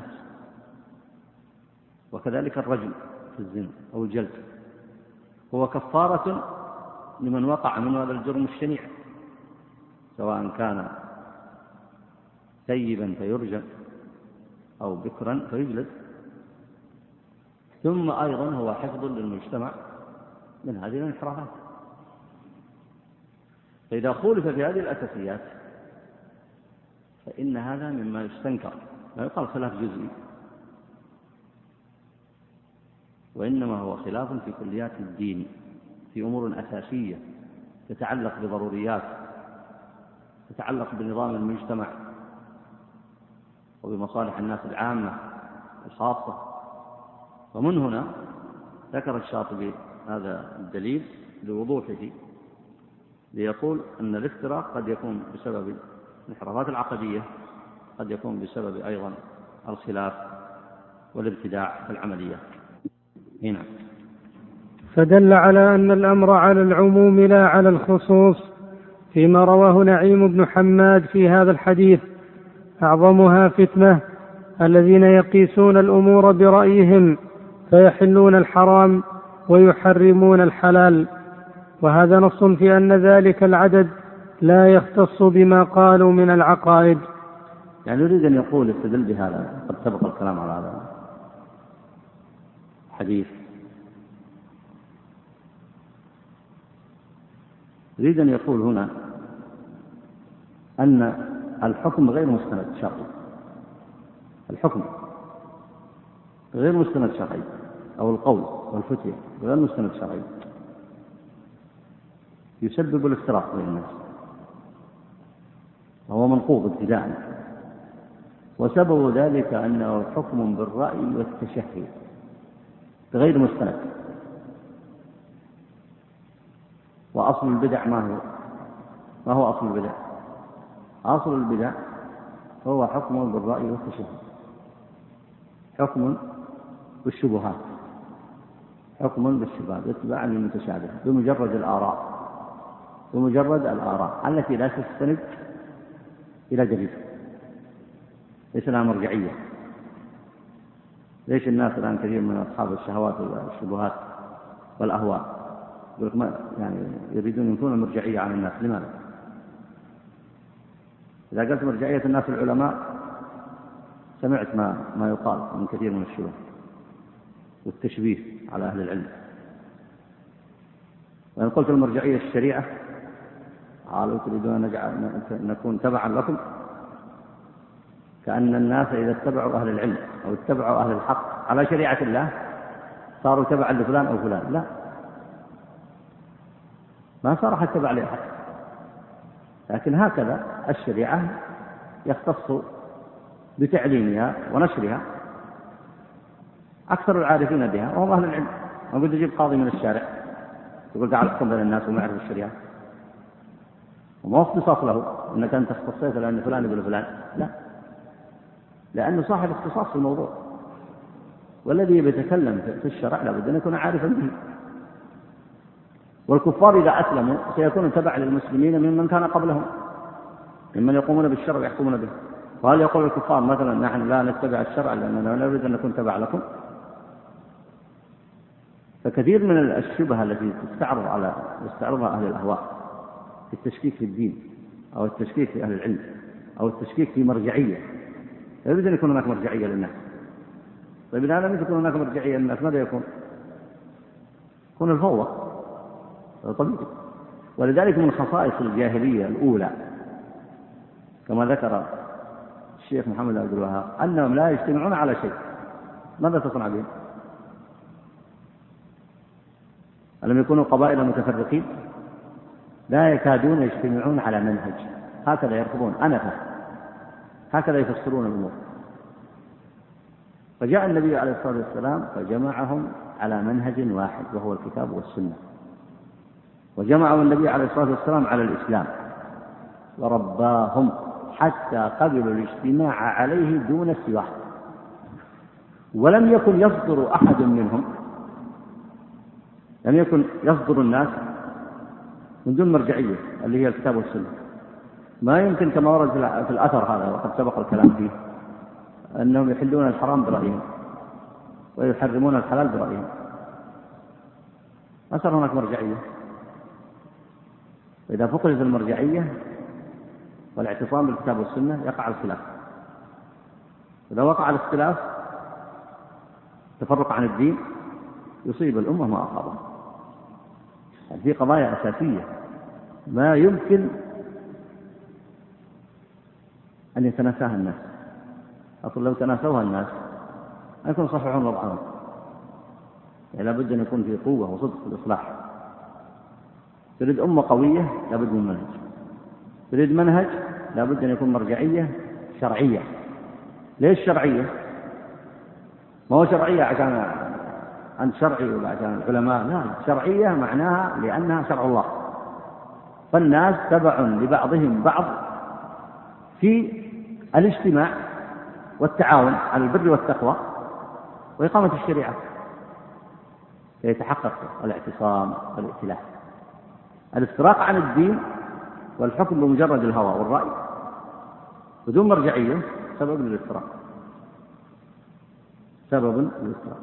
وكذلك الرجل في الزنا أو الجلد هو كفارة لمن وقع منه هذا الجرم الشنيع، سواء كان ثيبا فيرجم أو بكرا فيجلد، ثم أيضا هو حفظ للمجتمع من هذه الانحرافات. فإذا خولف في هذه الأساسيات فإن هذا مما يستنكر، لا يقال خلاف جزئي، وإنما هو خلاف في كليات الدين، في أمور أساسية تتعلق بضروريات، تتعلق بنظام المجتمع وبمصالح الناس العامة الخاصة. ومن هنا ذكر الشاطبي هذا الدليل لوضوحه، ليقول أن الافتراق قد يكون بسبب الانحرافات العقدية، قد يكون بسبب أيضا الخلاف والابتداع في العمليات. هنا فدل على أن الأمر على العموم لا على الخصوص، فيما رواه نعيم بن حماد في هذا الحديث: أعظمها فتنة الذين يقيسون الأمور برأيهم فيحلون الحرام ويحرمون الحلال. وهذا نص في أن ذلك العدد لا يختص بما قالوا من العقائد. يعني يريد أن يقول استدل بهذا، قد سبق الكلام على هذا الحديث، يريد أن يقول هنا أن الحكم غير مستند شرعي، الحكم غير مستند شرعي، أو القول والفتية غير مستند شرعي، يسبب الافتراق بين الناس، وهو منقوض ابتداء. وسبب ذلك أنه حكم بالرأي والتشهي غير مستند. وأصل البدع ما هو؟ ما هو أصل البدع؟ أصل البدع هو حكم بالرأي والتشهي، حكم بالشبهات، حكم بالشبهات اتباعا للمتشابه بمجرد الآراء، بمجرد الآراء التي لا تستند إلى دليل، ليس لها مرجعية. ليش الناس الآن كثير من أصحاب الشهوات والشبهات والأهواء يعني يريدون يكون المرجعية على الناس؟ لماذا؟ إذا قلت مرجعية الناس العلماء سمعت ما ما يقال من كثير من الشبه والتشبيه على أهل العلم. وإن قلت المرجعية الشريعة قالوا تريدون أن نكون تبعا لكم، كأن الناس إذا اتبعوا أهل العلم أو اتبعوا أهل الحق على شريعة الله صاروا تبعا لفلان أو فلان. لا، ما صار حتى تبع لأحد، لكن هكذا الشريعة يختص بتعليمها ونشرها أكثر العارفين بها وهم أهل العلم. ما قد يجيب قاضي من الشارع يقول تعال احكم بين الناس وما يعرف الشريعة، وما هو اختصاص له أنك أنت اختصيت لأن فلان يقول فلان، لا، لأنه صاحب اختصاص في الموضوع، والذي يتكلم في الشرع لابد أن يكون عارفا به. والكفار إذا أسلموا سيكونوا تبع للمسلمين ممن كان قبلهم، ممن يقومون بالشرع ويحكمون به. وهل يقول الكفار مثلا نحن لا نتبع الشرع لأننا لا نريد أن نكون تبع لكم؟ فكثير من الشبهة التي تستعرض على يستعرضها أهل الأهواء في التشكيك في الدين أو التشكيك في أهل العلم أو التشكيك في مرجعية، لا يريد أن يكون هناك مرجعية للناس. طيب إذا لم تكن هناك مرجعية للناس ماذا يكون؟ يكون الفوضى طبيعي. ولذلك من خصائص الجاهلية الأولى كما ذكر الشيخ محمد عبد الوهاب أنهم لا يجتمعون على شيء. ماذا تصنع بهم؟ ألم يكونوا قبائل متفرقين؟ لا يكادون يجتمعون على منهج، هكذا يركضون أنفة، هكذا يفسرون الأمور. فجاء النبي عليه الصلاة والسلام فجمعهم على منهج واحد وهو الكتاب والسنة، وجمعهم النبي عليه الصلاة والسلام على الإسلام ورباهم حتى قبلوا الاجتماع عليه دون سواه، ولم يكن يصدر أحد منهم، لم يكن يصدر الناس من دون مرجعية اللي هي الكتاب والسنة. ما يمكن كما ورد في الأثر هذا وقد سبق الكلام فيه أنهم يحلون الحرام برأيهم ويحرمون الحلال برأيهم. ما صار هناك مرجعية. وإذا فقدت المرجعية والاعتصام بالكتاب والسنة يقع الخلاف. إذا وقع الاختلاف تفرق عن الدين يصيب الأمة ما أصابها. يعني في قضايا أساسية ما يمكن أن يتناساها الناس، أصلا لو تناسوها الناس ما يكون صحيحون وضعهم. يعني لابد أن يكون في قوة وصدق في الإصلاح. تريد أمة قوية لابد من منهج، تريد منهج لابد أن يكون مرجعية شرعية. ليش شرعية؟ ما هو شرعية عشان أنت شرعي ولا عشان العلماء، لا، شرعية معناها لأنها شرع الله، فالناس تبع لبعضهم بعض في الاجتماع والتعاون على البر والتقوى وإقامة الشريعة ليتحقق الاعتصام والائتلاف. الافتراق عن الدين والحكم بمجرد الهوى والرأي بدون مرجعية سبب للافتراق، سبب للافتراق.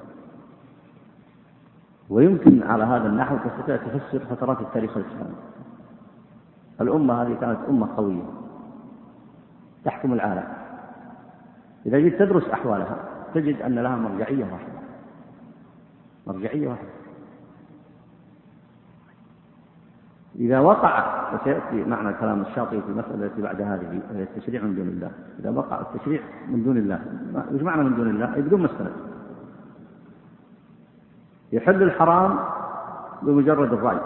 ويمكن على هذا النحو تستطيع تفسر فترات التاريخ الإسلامي. الأمة هذه كانت أمة قوية تحكم العالم. إذا جيت تدرس أحوالها تجد أن لها مرجعية واحدة، مرجعية واحدة. إذا وقع، وسيأتي معنى كلام الشاطبي في المسألة التي بعد هذه التشريع من دون الله، إذا وقع التشريع من دون الله، إيش معنى من دون الله؟ بدون مستند. يحل الحرام بمجرد الرأي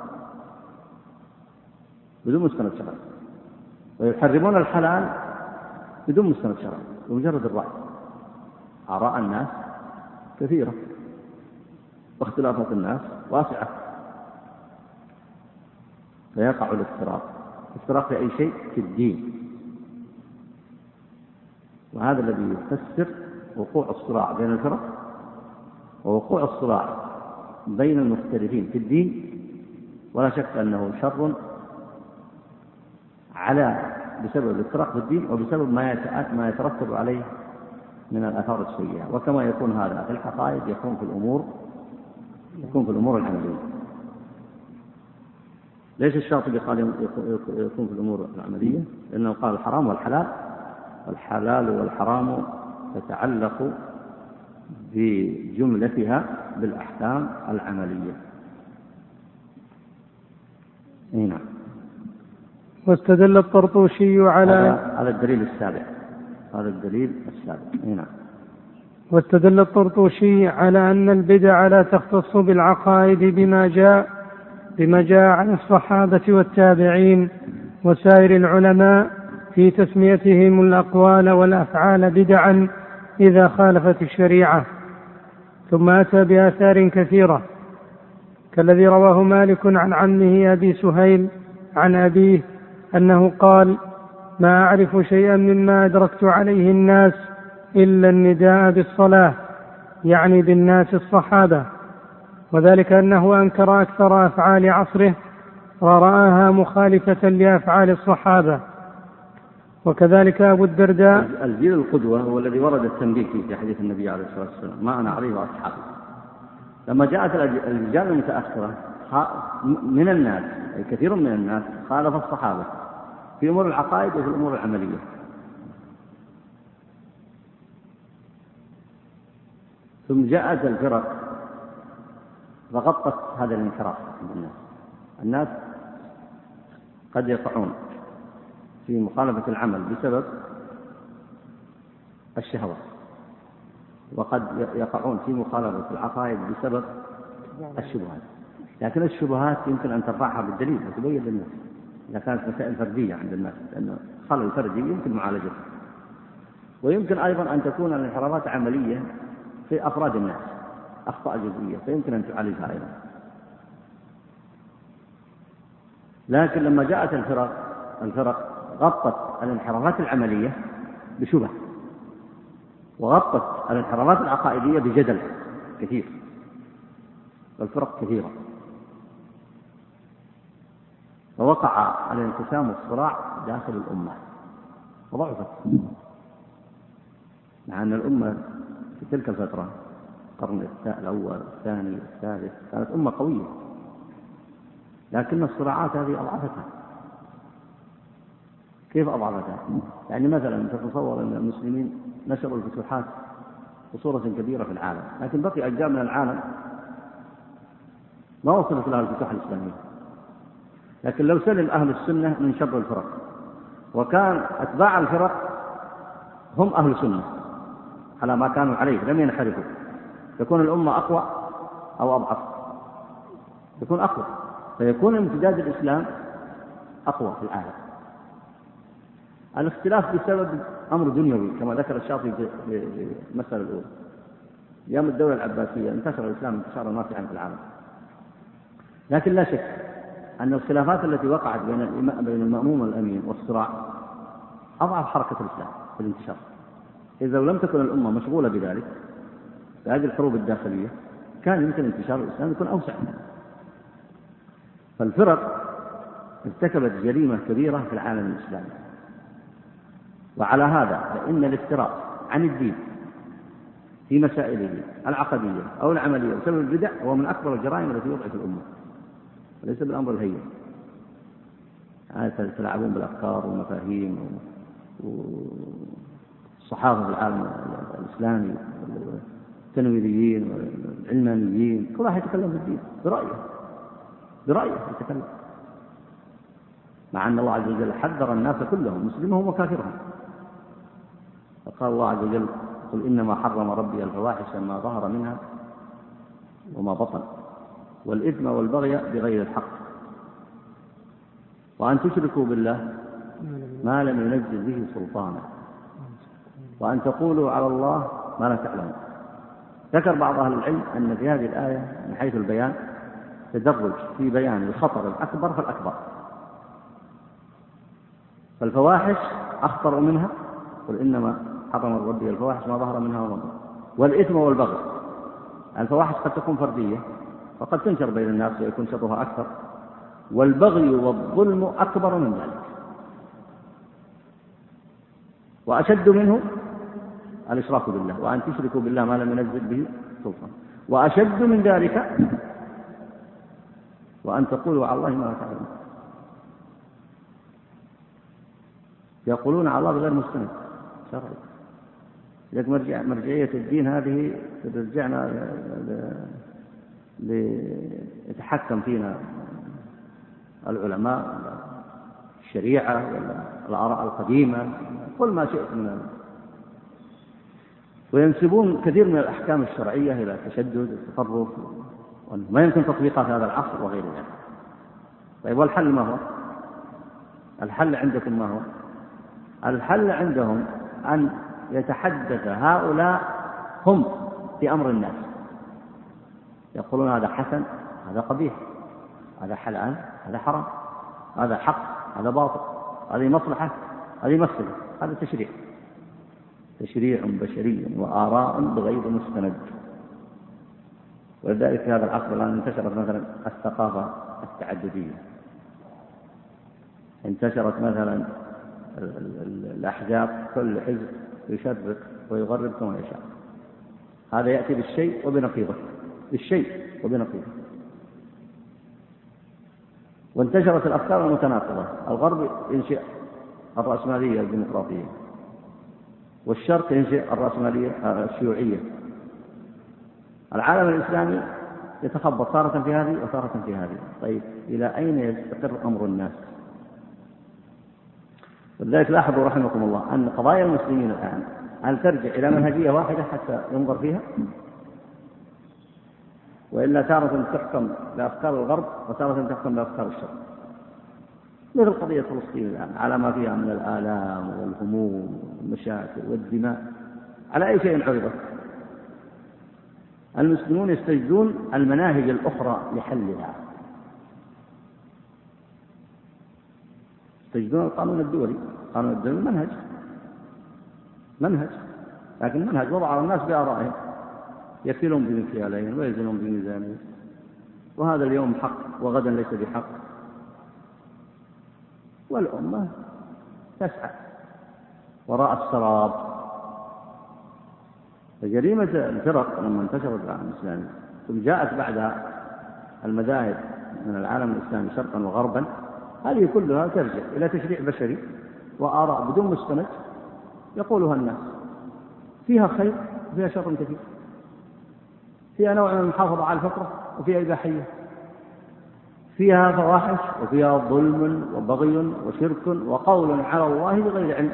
بدون مستند شرعي، ويحرمون الحلال بدون مستند شرعي بمجرد الرأي. آراء الناس كثيرة واختلافات الناس واسعة، فيقع الافتراق. الافتراق في أي شيء في الدين، وهذا الذي يفسر وقوع الصراع بين الفرق ووقوع الصراع بين المختلفين في الدين. ولا شك أنه شر على بسبب الافتراق في الدين وبسبب ما يترتب عليه من الآثار السيئة. وكما يكون هذا في العقائد يكون في الأمور يكون في الأمور العملية. ليش الشاطبي قال يكون في الأمور العملية؟ لأنه قال الحرام والحلال، والحلال والحرام تتعلق بجملتها بالأحكام العملية. هنا واستدل الطرطوشي على على الدليل السابع هذا الدليل السابع هنا واستدل الطرطوشي على أن البدع لا تختص بالعقائد بما جاء بما جاء عن الصحابة والتابعين وسائر العلماء في تسميتهم الأقوال والأفعال بدعا إذا خالفت الشريعة. ثم أتى بآثار كثيرة كالذي رواه مالك عن عمه أبي سهيل عن أبيه أنه قال: ما أعرف شيئا مما أدركت عليه الناس إلا النداء بالصلاة، يعني بالناس الصحابة، وذلك أنه أنكر أكثر أفعال عصره ورآها مخالفة لأفعال الصحابة. وكذلك أبو الدرداء. الجيل القدوة هو الذي ورد التنبيه فيه في حديث النبي عليه الصلاة والسلام: ما أنا عليه وأصحابي. لما جاءت الرجال المتأخرة من الناس، أي كثير من الناس، خالف الصحابة في أمور العقائد وفي الأمور العملية. ثم جاءت الفرق فغطت هذا الانحراف عند الناس. الناس قد يقعون في مخالفة العمل بسبب الشهوات، وقد يقعون في مخالفة العقائد بسبب الشبهات. لكن الشبهات يمكن أن ترفعها بالدليل وتبين للناس إذا كانت مسائل فردية عند الناس، لأن الخلل الفردي يمكن معالجته. ويمكن أيضا أن تكون الانحرافات عملية في أفراد الناس، أخطاء جزئية، فيمكن أن تعالجها أيضا. لكن لما جاءت الفرق الفرق غطت الانحرافات العملية بشبه، وغطت الانحرافات العقائدية بجدل كثير، والفرق كثيرة، فوقع الانقسام والصراع داخل الأمة وضعفت. مع أن الأمة في تلك الفترة القرن الأول الثاني الثالث كانت أمة قوية، لكن الصراعات هذه أضعفتها. كيف أضعفتها؟ يعني مثلا تتصور أن المسلمين نشروا الفتوحات بصورة كبيرة في العالم، لكن بقي أجزاء من العالم ما وصلت لها الفتوح الإسلامية. لكن لو سلم أهل السنة من شر الفرق، وكان أتباع الفرق هم أهل السنة على ما كانوا عليه لم ينحرفوا، تكون الأمة أقوى أو أضعف؟ تكون أقوى، فيكون امتداد الإسلام أقوى في العالم. الاختلاف بسبب أمر دنيوي كما ذكر الشاطبي في المسألة الأولى. أيام الدولة العباسية انتشر الإسلام انتشارا واسعا في العالم، لكن لا شك أن الخلافات التي وقعت بين المأموم والأمين والصراع أضعف حركة الإسلام في الانتشار. إذا لم تكن الأمة مشغولة بذلك بهذه الحروب الداخلية كان يمكن انتشار الإسلام يكون أوسع. فالفرق ارتكبت جريمة كبيرة في العالم الإسلامي، وعلى هذا فإن الافتراق عن الدين في مسائله العقدية أو العملية بسبب البدع هو من أكبر الجرائم التي وضعت الأمة، وليس بالأمر الهين. يعني تلعبون بالأفكار والمفاهيم والصحافة في العالم الإسلامي، التنويريين والعلمانيين، كل واحد يتكلم بالدين برأيه برأيه يتكلم، مع أن الله عز وجل حذر الناس كلهم مسلمهم وكافرهم. فقال الله عز وجل: قل إنما حرم ربي الفواحش ما ظهر منها وما بطن والإثم والبغي بغير الحق وأن تشركوا بالله ما لم ينزل به سلطانا وأن تقولوا على الله ما لا تعلمون. ذكر بعض أهل العلم أن في هذه الآية من حيث البيان تدرج في بيان الخطر الأكبر فالأكبر، فالفواحش أخطر منها، قل إنما حرم ربي الفواحش ما ظهر منها وما بطن، والإثم والبغي. الفواحش قد تكون فردية وقد تنشر بين الناس ويكون شرها أكثر، والبغي والظلم أكبر من ذلك، وأشد منه الإشراك بالله وأن تشركوا بالله ما لم ينزل به سلطان، وأشد من ذلك وأن تقولوا على الله ما لا تعلمون. يقولون على الله بغير مستند شرعي. لذلك مرجع مرجعية الدين هذه ترجعنا ليتحكم فينا العلماء، الشريعة، الآراء القديمة، كل ما شئت من ذلك، وينسبون كثير من الأحكام الشرعية إلى التشدد والتطرف وأنه ما يمكن تطبيقها في هذا العصر وغير ذلك. طيب والحل ما هو؟ الحل عندكم ما هو؟ الحل عندهم أن يتحدث هؤلاء هم في أمر الناس، يقولون هذا حسن هذا قبيح، هذا حلال هذا حرام، هذا حق هذا باطل، هذه مصلحة هذه مفسدة. هذا تشريع تشريع بشري وآراء بغير مستند. ولذلك في هذا العصر الآن انتشرت مثلا الثقافة التعددية، انتشرت مثلا الأحزاب، كل حزب يشرق ويغرب كما يشاء، هذا يأتي بالشيء وبنقيضه، بالشيء وبنقيضه. وانتشرت الأفكار المتناقضة، الغرب ينشئ الرأسمالية الديمقراطية، والشرق ينشئ الرأسمالية الشيوعية. العالم الإسلامي يتخبط تارة في هذه وتارة في هذه. طيب إلى أين يستقر أمر الناس؟ ولذلك لاحظوا رحمكم الله أن قضايا المسلمين الآن هل ترجع إلى منهجية واحدة حتى ينظر فيها، وإلا تارة تحكم بأفكار الغرب وتارة تحكم بأفكار الشرق، مثل قضية فلسطين الآن على ما فيها من الآلام والهموم والمشاكل والدماء، على أي شيء عرضت. المسلمون يستجدون المناهج الأخرى لحلها، يستجدون القانون الدولي. القانون الدولي منهج منهج لكن منهج وضعه الناس بآرائهم، يكفلون بمكيالين ويزنون بميزانين، وهذا اليوم حق وغدا ليس بحق، والأمة تسعى وراء السراب. فجريمة الفرق لما انتشرت العالم الإسلامي ثم جاءت بعدها المذاهب من العالم الإسلامي شرقا وغربا، هذه كلها ترجع إلى تشريع بشري وآراء بدون مستند يقولها الناس، فيها خير وفيها شر كثير، فيها نوع من المحافظة على الفطرة وفيها إباحية، فيها فواحش وفيها ظلم وبغي وشرك وقول على الله بغير علم.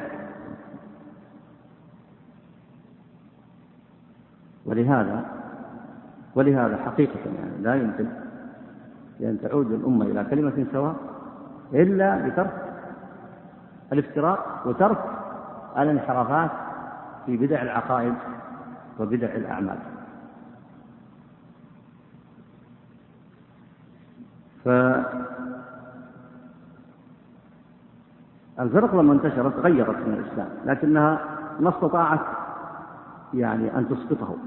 ولهذا ولهذا حقيقة يعني لا يمكن أن تعود الأمة إلى كلمة سواء إلا بترك الافتراق وترك الانحرافات في بدع العقائد وبدع الأعمال. فالفرق لما انتشرت غيرت من الإسلام، لكنها ما استطاعت يعني أن تسقطه.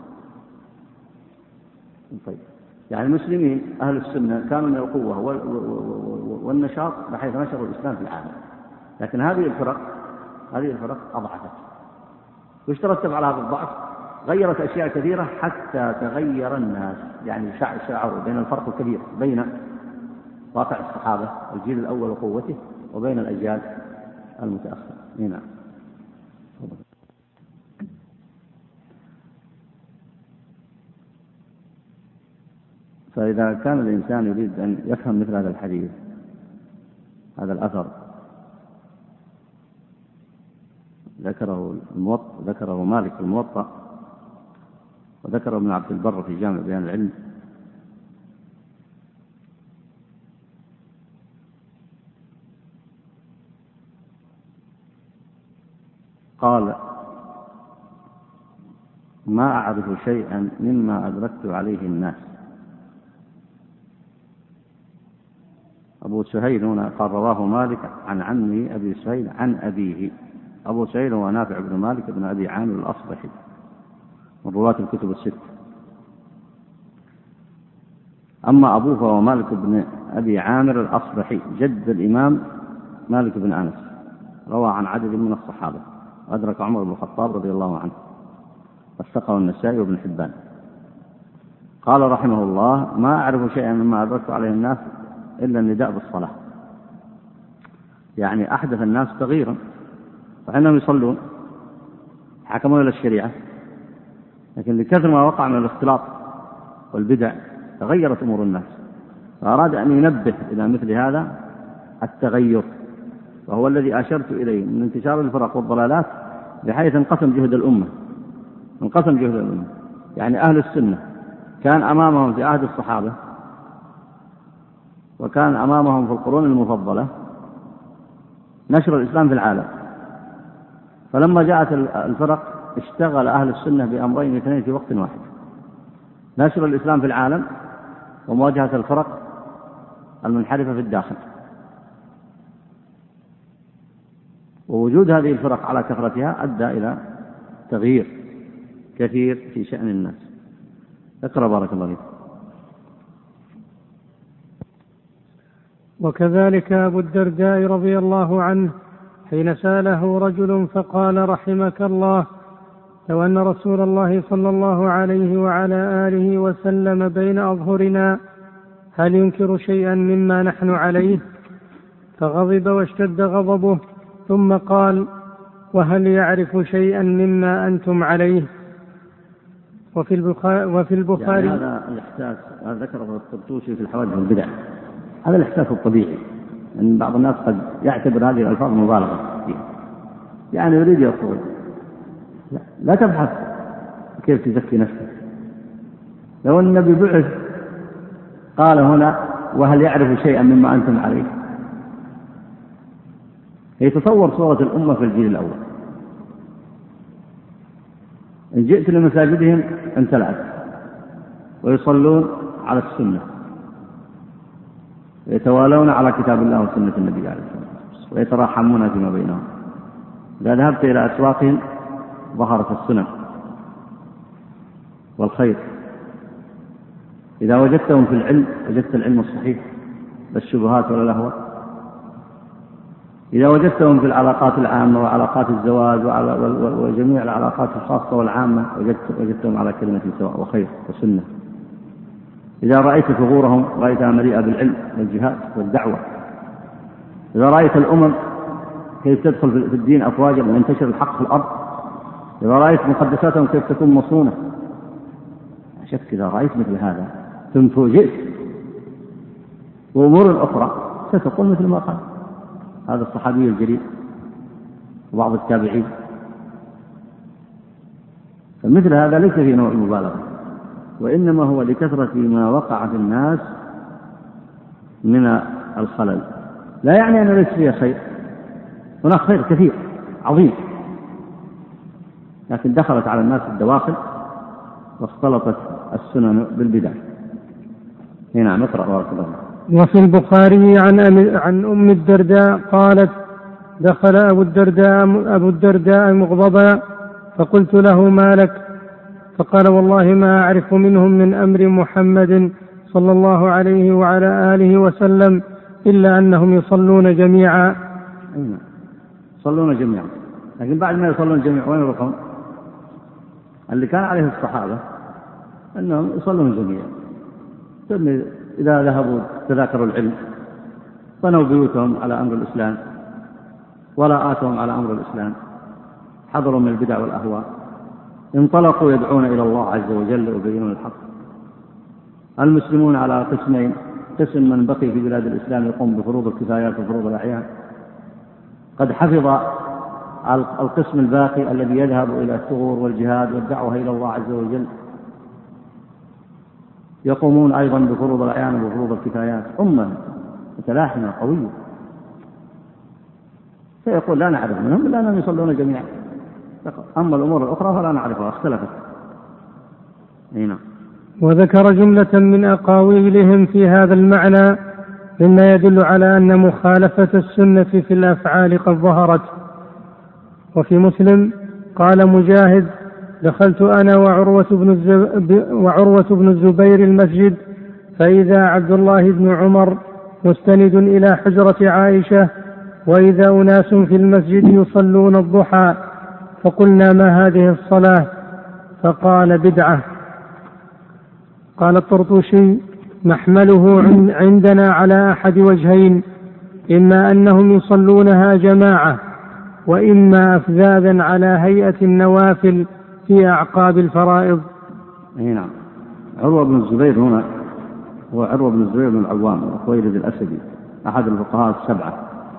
طيب يعني المسلمين أهل السنة كانوا من القوة والنشاط بحيث نشروا الإسلام في العالم، لكن هذه الفرق هذه الفرق أضعفت، وش ترتب على هذا الضعف؟ غيرت أشياء كثيرة حتى تغير الناس، يعني شعروا بين الفرق الكبير بين واقع الصحابة الجيل الأول وقوته وبين الأجيال المتأخرة. هنا فإذا كان الإنسان يريد أن يفهم مثل هذا الحديث، هذا الأثر ذكره الموطأ ذكره مالك في الموطأ، وذكره ابن عبد البر في جامع بيان العلم، قال: ما أعرف شيئا مما أدركت عليه الناس. أبو سهيل هنا قال رواه مالك عن عمه أبي سهيل عن أبيه. أبو سهيل هو نافع بن مالك بن أبي عامر الأصبحي من رواة الكتب الست. أما أبوه فهو مالك بن أبي عامر الأصبحي جد الإمام مالك بن أنس، روى عن عدد من الصحابة، وأدرك عمر بن الخطاب رضي الله عنه، وثقه النسائي وابن حبان. قال رحمه الله: ما أعرف شيئا مما أدركت عليه الناس إلا النداء بالصلاة. يعني أحدث الناس تغييرا، فإنهم يصلون حكموا إلى الشريعة، لكن لكثر ما وقع من الاختلاط والبدع تغيرت أمور الناس، فأراد أن ينبه إلى مثل هذا التغير، وهو الذي أشرت إليه من انتشار الفرق والضلالات، بحيث انقسم جهد الأمة انقسم جهد الأمة يعني أهل السنة كان أمامهم في عهد الصحابة، وكان أمامهم في القرون المفضلة نشر الإسلام في العالم، فلما جاءت الفرق اشتغل أهل السنة بأمرين اثنين في وقت واحد: نشر الإسلام في العالم ومواجهة الفرق المنحرفة في الداخل. ووجود هذه الفرق على كثرتها أدى إلى تغيير كثير في شأن الناس. اقرأ بارك الله فيك. وكذلك أبو الدرداء رضي الله عنه حين سأله رجل فقال: رحمك الله، لو أن رسول الله صلى الله عليه وعلى آله وسلم بين أظهرنا هل ينكر شيئا مما نحن عليه؟ فغضب واشتد غضبه، ثم قال: وهل يعرف شيئا مما أنتم عليه؟ وفي البخاري, وفي البخاري يعني هذا الإحساس ذكره الطرطوسي في الحوادث والبدع، هذا الإحساس الطبيعي، أن بعض الناس قد يعتبر هذه الألفاظ مبالغة فيها، يعني يريد يقول لا, لا تبحث كيف تزكي نفسك. لو النبي بعث قال هنا وهل يعرف شيئا مما أنتم عليه. يتصور صورة الأمة في الجيل الأول. إن جئت لمساجدهم امتلأت ويصلون على السنة ويتوالون على كتاب الله وسنة النبي عليه الصلاة والسلام ويتراحمون فيما بينهم. إذا ذهبت إلى أسواقهم ظهرت السنة والخير. إذا وجدتهم في العلم وجدت العلم الصحيح بالشبهات ولا لهو. إذا وجدتهم في العلاقات العامة وعلاقات الزواج وجميع العلاقات الخاصة والعامة وجدتهم على كلمة سواء وخير وسنة. إذا رأيت ثغورهم رأيتها مليئة بالعلم والجهاد والدعوة. إذا رأيت الأمم كيف تدخل في الدين أفواجا وينتشر الحق في الأرض. إذا رأيت مقدساتهم كيف تكون مصونة. شك إذا رأيت مثل هذا ثم فوجئت وأمور أخرى ستقول مثل ما قال هذا الصحابي الجليل وبعض التابعين. فمثل هذا ليس في نوع المبالغة، وإنما هو لكثرة ما وقع في الناس من الخلل. لا يعني أنه ليس فيه خير، هناك خير كثير عظيم، لكن دخلت على الناس الدواخل واختلطت السنن بالبدع. هنا نقرأ بارك الله. وفي البخاري عن عن أم الدرداء قالت: دخل أبو الدرداء أبو الدرداء مغضبا فقلت له: ما لك؟ فقال: والله ما أعرف منهم من أمر محمد صلى الله عليه وعلى آله وسلم إلا أنهم يصلون جميعا. يصلون جميعا، لكن بعد ما يصلون جميعا وين يروحون؟ اللي كان عليه الصحابة أنهم يصلون جميعا، ثم إذا ذهبوا تذاكروا العلم بنوا بيوتهم على أمر الإسلام ولا آتهم على أمر الإسلام، حضروا من البدع والأهواء، انطلقوا يدعون إلى الله عز وجل ويبينون الحق. المسلمون على قسمين: قسم من بقي في بلاد الإسلام يقوم بفروض الكفايات وفروض الأعيان، قد حفظ القسم الباقي الذي يذهب إلى الثغور والجهاد والدعوة إلى الله عز وجل، يقومون أيضا بفروض الأعيان وبفروض الكفايات. أمة متلاحمة قوية. فيقول: لا نعرف منهم إلا أنهم يصلون جميعا، أما الأمور الأخرى فلا نعرفها، اختلفت. هنا وذكر جملة من أقاويلهم في هذا المعنى مما يدل على أن مخالفة السنة في الأفعال قد ظهرت. وفي مسلم قال مجاهد: دخلت أنا وعروة بن, الزب... وعروة بن الزبير المسجد فإذا عبد الله بن عمر مستند إلى حجرة عائشة وإذا أناس في المسجد يصلون الضحى، فقلنا: ما هذه الصلاة؟ فقال: بدعة. قال الطرطوشي: نحمله عندنا على أحد وجهين: إما أنهم يصلونها جماعة، وإما أفذاذا على هيئة النوافل في أعقاب الفرائض. نعم. عروة بن الزبير هنا هو عروة بن الزبير بن العوام الخويلد الأسدي أحد الفقهاء السبعة.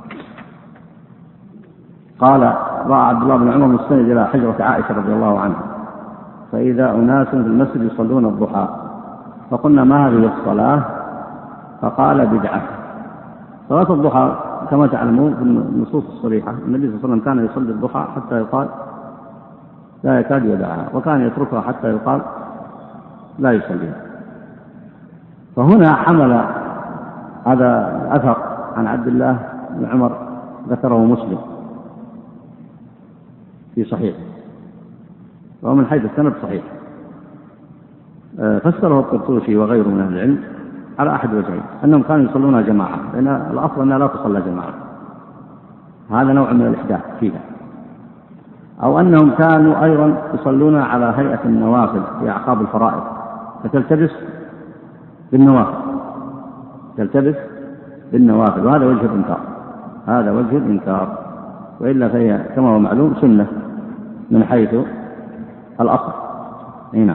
قال: رأى عبد الله بن عمر مستند إلى حجرة عائشة رضي الله عنها فإذا أناس في المسجد يصلون الضحى، فقلنا: ما هذه الصلاة؟ فقال: بدعة. صلاة الضحى كما تعلمون في النصوص الصريحة النبي صلى الله عليه وسلم كان يصلي الضحى حتى يقال لا يكاد يدعها، وكان يتركها حتى يقال لا يصليها. فهنا حمل هذا الأثر عن عبد الله بن عمر ذكره مسلم في صحيح، ومن حيث السند صحيح. فسره الطرطوشي وغيره من أهل العلم على أحد وجهين: أنهم كانوا يصلون جماعة، لأن الأصل أنها لا تصلى جماعة، هذا نوع من الإحداث فيها، أو أنهم كانوا أيضا يصلون على هيئة النوافل في أعقاب الفرائض، فتلتبس بالنوافل تلتبس بالنوافل وهذا وجه الإنكار، هذا وجه الإنكار، وإلا فهي كما هو معلوم سنة من حيث الأصل. هنا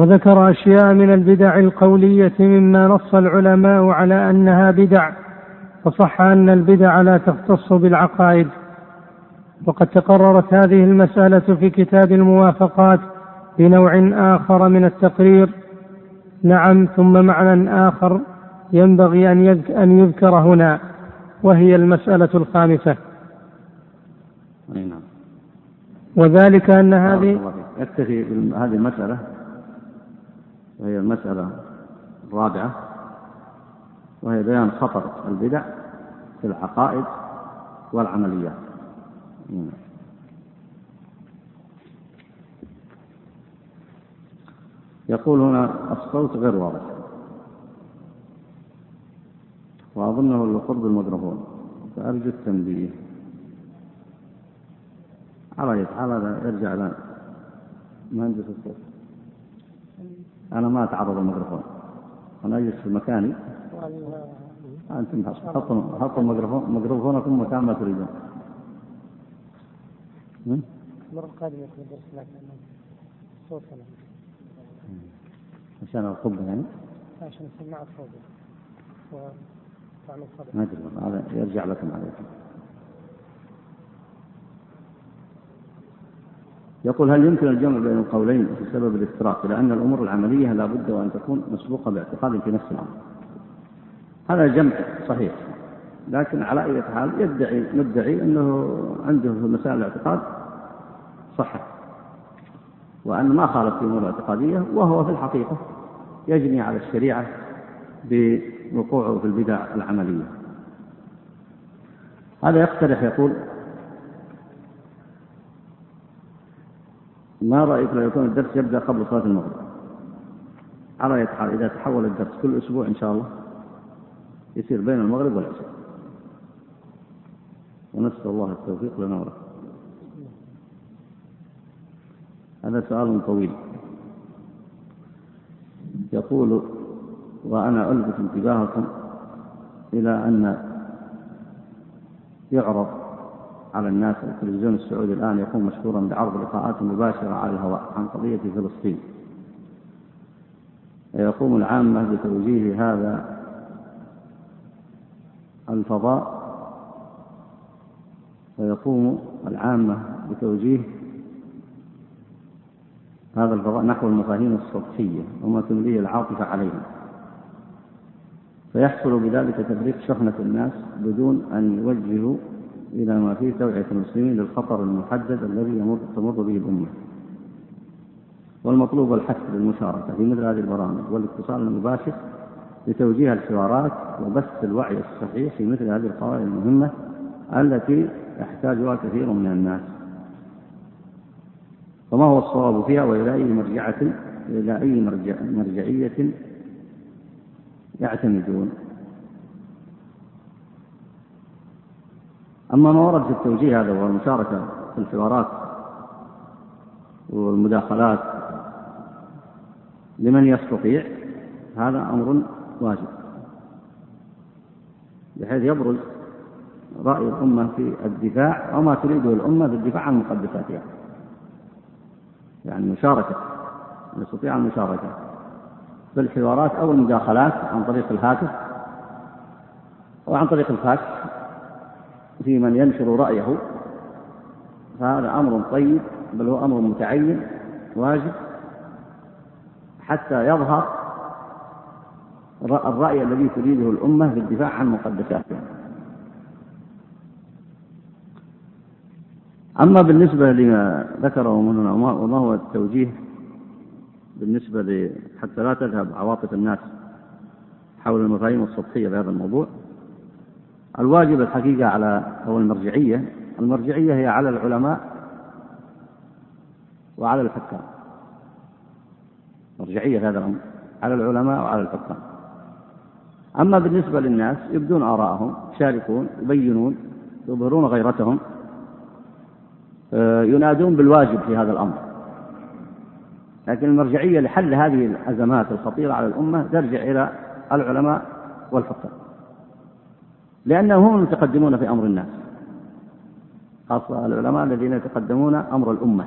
وذكر أشياء من البدع القولية مما نص العلماء على أنها بدع، فصح أن البدع لا تختص بالعقائد. وقد تقررت هذه المسألة في كتاب الموافقات بنوع آخر من التقرير. نعم، ثم معنى آخر ينبغي أن يذكر هنا، وهي المسألة الخامسة، وذلك أن هذه يكتفي هذه المسألة، وهي المسألة الرابعة، وهي بيان خطر البدع في العقائد والعمليات. يقول هنا الصوت غير واضح، وأظنه لقرب الميكروفون، فأرجو التنبيه. على يتحال هذا يرجع لنا مهندس الصوت. أنا ما أتعرض الميكروفون، أنا أجلس في مكاني، أنتم حطوا حطوا الميكروفون ميكروفونكم مكان ما تريدون. المرة القادمة يكون درس لكن صوت هنا عشان القبة يعني؟ عشان سماعة صوت وطعم الصدر. ما أدري، هذا يرجع لكم عليكم. يقول: هل يمكن الجمع بين القولين في سبب الافتراق، لأن الأمور العملية لا بد وأن تكون مسبوقة باعتقاد في نفس الأمر؟ هذا جمع صحيح، لكن على أي حال يدعي مدعي أنه عنده في مسائل الاعتقاد صحة، وأن ما خالف في أمور الاعتقادية، وهو في الحقيقة يجني على الشريعة بوقوعه في البدع العملية. هذا يقترح، يقول: ما رأيك لو يكون الدرس يبدأ قبل صلاة المغرب؟ على أي حال إذا تحول الدرس كل أسبوع إن شاء الله يصير بين المغرب والعشاء، ونسأل الله التوفيق لنا ولكم. هذا سؤال طويل. يقول: وأنا ألفت انتباهكم إلى أن يعرض على الناس التلفزيون السعودي الآن يقوم مشهورا بعرض لقاءات مباشرة على الهواء عن قضية فلسطين، يقوم العامة بتوجيه هذا الفضاء ويقوم العامة بتوجيه هذا الفضاء نحو المفاهيم السطحية وما تمليه العاطفة عليهم، فيحصل بذلك تفريق شحنة الناس بدون أن يوجهوا إلى ما فيه توعية المسلمين للخطر المحدد الذي تمر به الأمة. والمطلوب الحث للمشاركة في مثل هذه البرامج والاتصال المباشر لتوجيه الحوارات وبث الوعي الصحيح في مثل هذه القضايا المهمة التي يحتاجها كثير من الناس. فما هو الصواب فيها، وإلى أي مرجعة إلى أي مرجع مرجعية يعتمدون؟ أما ما ورد في التوجيه هذا والمشاركة في الحوارات والمداخلات لمن يستطيع، هذا أمر واجب، بحيث يبرز رأي الأمة في الدفاع أو ما تريده الأمة بالدفاع عن مقدساتها، يعني مشاركة، يستطيع المشاركة في الحوارات أو المداخلات عن طريق الهاتف أو عن طريق الفاكس في من ينشر رأيه، فهذا أمر طيب، بل هو أمر متعين واجب، حتى يظهر الرأي الذي تريده الأمة في الدفاع عن مقدساتها. أما بالنسبة لما ذكره مننا وما هو التوجيه بالنسبة حتى لا تذهب عواطف الناس حول المفاهيم السطحية بهذا الموضوع، الواجب الحقيقة على أو المرجعية المرجعية هي على العلماء وعلى الحكام. مرجعية هذا الأمر على العلماء وعلى الحكام. أما بالنسبة للناس يبدون آراءهم، يشاركون، يبينون، يظهرون غيرتهم، ينادون بالواجب في هذا الأمر. لكن المرجعية لحل هذه الأزمات الخطيرة على الأمة ترجع إلى العلماء والحكام، لأنهم هم المتقدمون في أمر الناس، خاصة العلماء الذين يتقدمون أمر الأمة،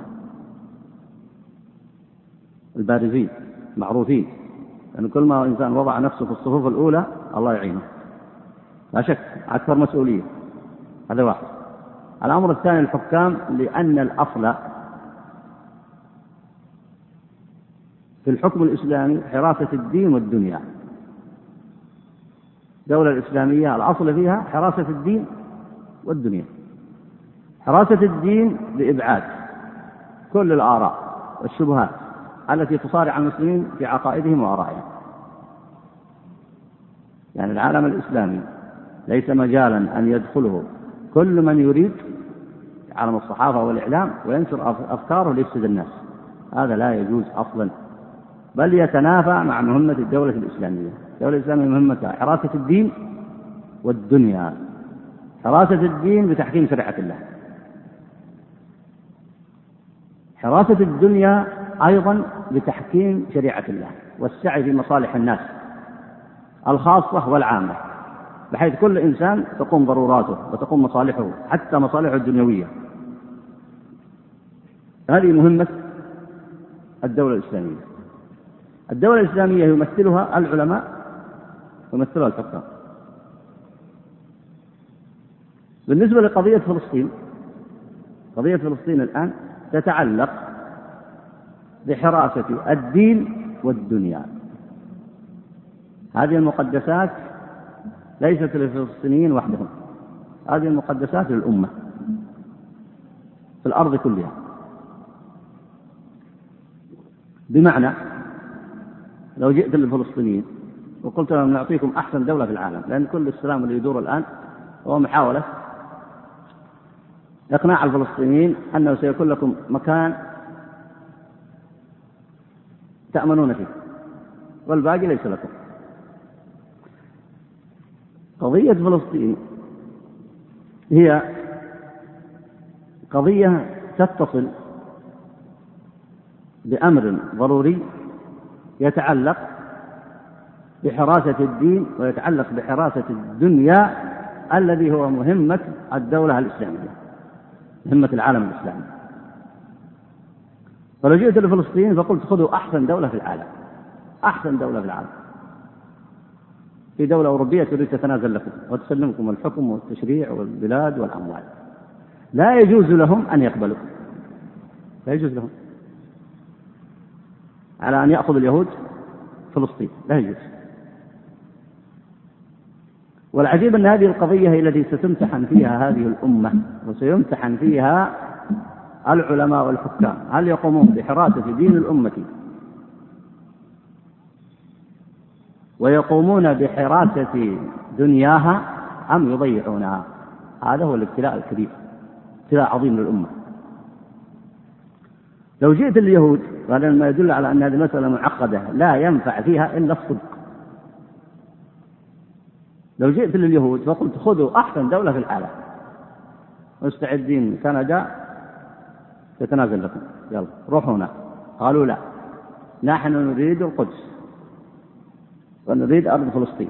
البارزين معروفين، لأن يعني كل ما إنسان وضع نفسه في الصفوف الأولى الله يعينه. لا شك أكثر مسؤولية، هذا واحد. الأمر الثاني الحكام، لأن الأصل في الحكم الإسلامي حراسة الدين والدنيا. الدولة الإسلامية الأصل فيها حراسة الدين والدنيا. حراسة الدين بإبعاد كل الآراء والشبهات التي تصارع المسلمين في عقائدهم وآرائهم. يعني العالم الإسلامي ليس مجالا أن يدخله كل من يريد عالم الصحافة والإعلام وينشر أفكاره ليفسد الناس، هذا لا يجوز أصلا، بل يتنافى مع مهمة الدولة الإسلامية. الدولة الإسلامية مهمتها حراسة الدين والدنيا. حراسة الدين بتحكيم شريعة الله، حراسة الدنيا أيضا بتحكيم شريعة الله والسعي في مصالح الناس الخاصة والعامة، بحيث كل إنسان تقوم ضروراته وتقوم مصالحه حتى مصالحه الدنيوية. هذه مهمة الدولة الإسلامية. الدولة الإسلامية يمثلها العلماء ويمثلها الحكام. بالنسبة لقضية فلسطين، قضية فلسطين الآن تتعلق بحراسة الدين والدنيا. هذه المقدسات ليست للفلسطينيين وحدهم، هذه المقدسات للأمة في الأرض كلها. بمعنى لو جئت للفلسطينيين وقلت لهم نعطيكم أحسن دولة في العالم، لأن كل السلام اللي يدور الآن هو محاولة إقناع الفلسطينيين أنه سيكون لكم مكان تأمنون فيه والباقي ليس لكم. قضية فلسطين هي قضية تتصل بأمر ضروري يتعلق بحراسة الدين ويتعلق بحراسة الدنيا الذي هو مهمة الدولة الإسلامية، مهمة العالم الإسلامي. فلو جئت لفلسطين فقلت خذوا أحسن دولة في العالم، أحسن دولة في العالم، في دولة أوروبية تريد تتنازل لكم وتسلمكم الحكم والتشريع والبلاد والأموال، لا يجوز لهم أن يقبلوا، لا يجوز لهم على أن يأخذ اليهود فلسطين، لا يجوز. والعجيب أن هذه القضية هي التي ستمتحن فيها هذه الأمة وسيمتحن فيها العلماء والحكام، هل يقومون بحراسة دين الأمة ويقومون بحراسة دنياها أم يضيعونها؟ هذا هو الابتلاء الكبير، ابتلاء عظيم للأمة. لو جئت اليهود، وهذا ما يدل على أن هذه مسألة معقدة لا ينفع فيها إلا الصدق. لو جئت لليهود فقلت خذوا أحسن دولة في العالم مستعدين، كندا تتنازل لكم، يلا روحوا هنا، قالوا لا، نحن نريد القدس ونريد أرض فلسطين.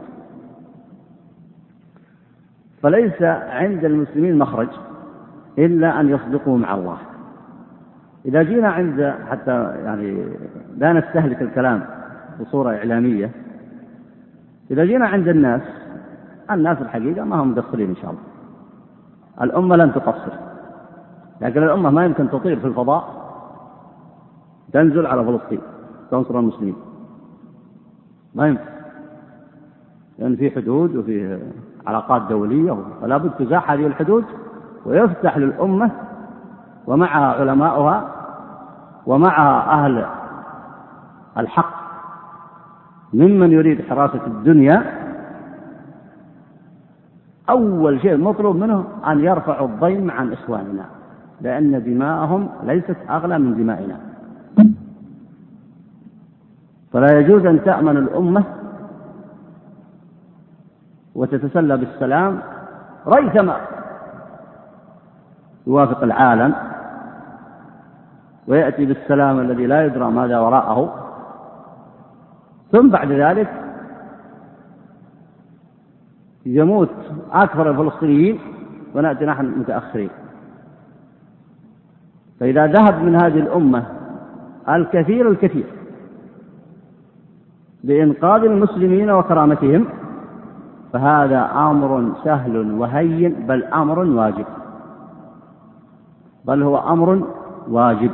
فليس عند المسلمين مخرج إلا أن يصدقوا مع الله. إذا جينا عند، حتى يعني لا نستهلك الكلام بصورة إعلامية، إذا جينا عند الناس، الناس الحقيقة ما هم مدخلين إن شاء الله، الأمة لن تقصر، لكن الأمة ما يمكن تطير في الفضاء تنزل على فلسطين تنصر المسلمين، ما يمكن، لأن في حدود وفي علاقات دولية، فلا بد تزاح هذه الحدود ويفتح للأمة ومعها علماؤها ومعها أهل الحق ممن يريد حراسة الدنيا. أول شيء مطلوب منه أن يرفعوا الضيم عن إخواننا، لأن دماءهم ليست أغلى من دمائنا. فلا يجوز أن تأمن الأمة وتتسلى بالسلام ريثما يوافق العالم ويأتي بالسلام الذي لا يدرى ماذا وراءه، ثم بعد ذلك يموت أكثر الفلسطينيين ونأتي نحن متأخرين. فإذا ذهب من هذه الأمة الكثير الكثير لإنقاذ المسلمين وكرامتهم، فهذا أمر سهل وهين، بل أمر واجب، بل هو أمر واجب.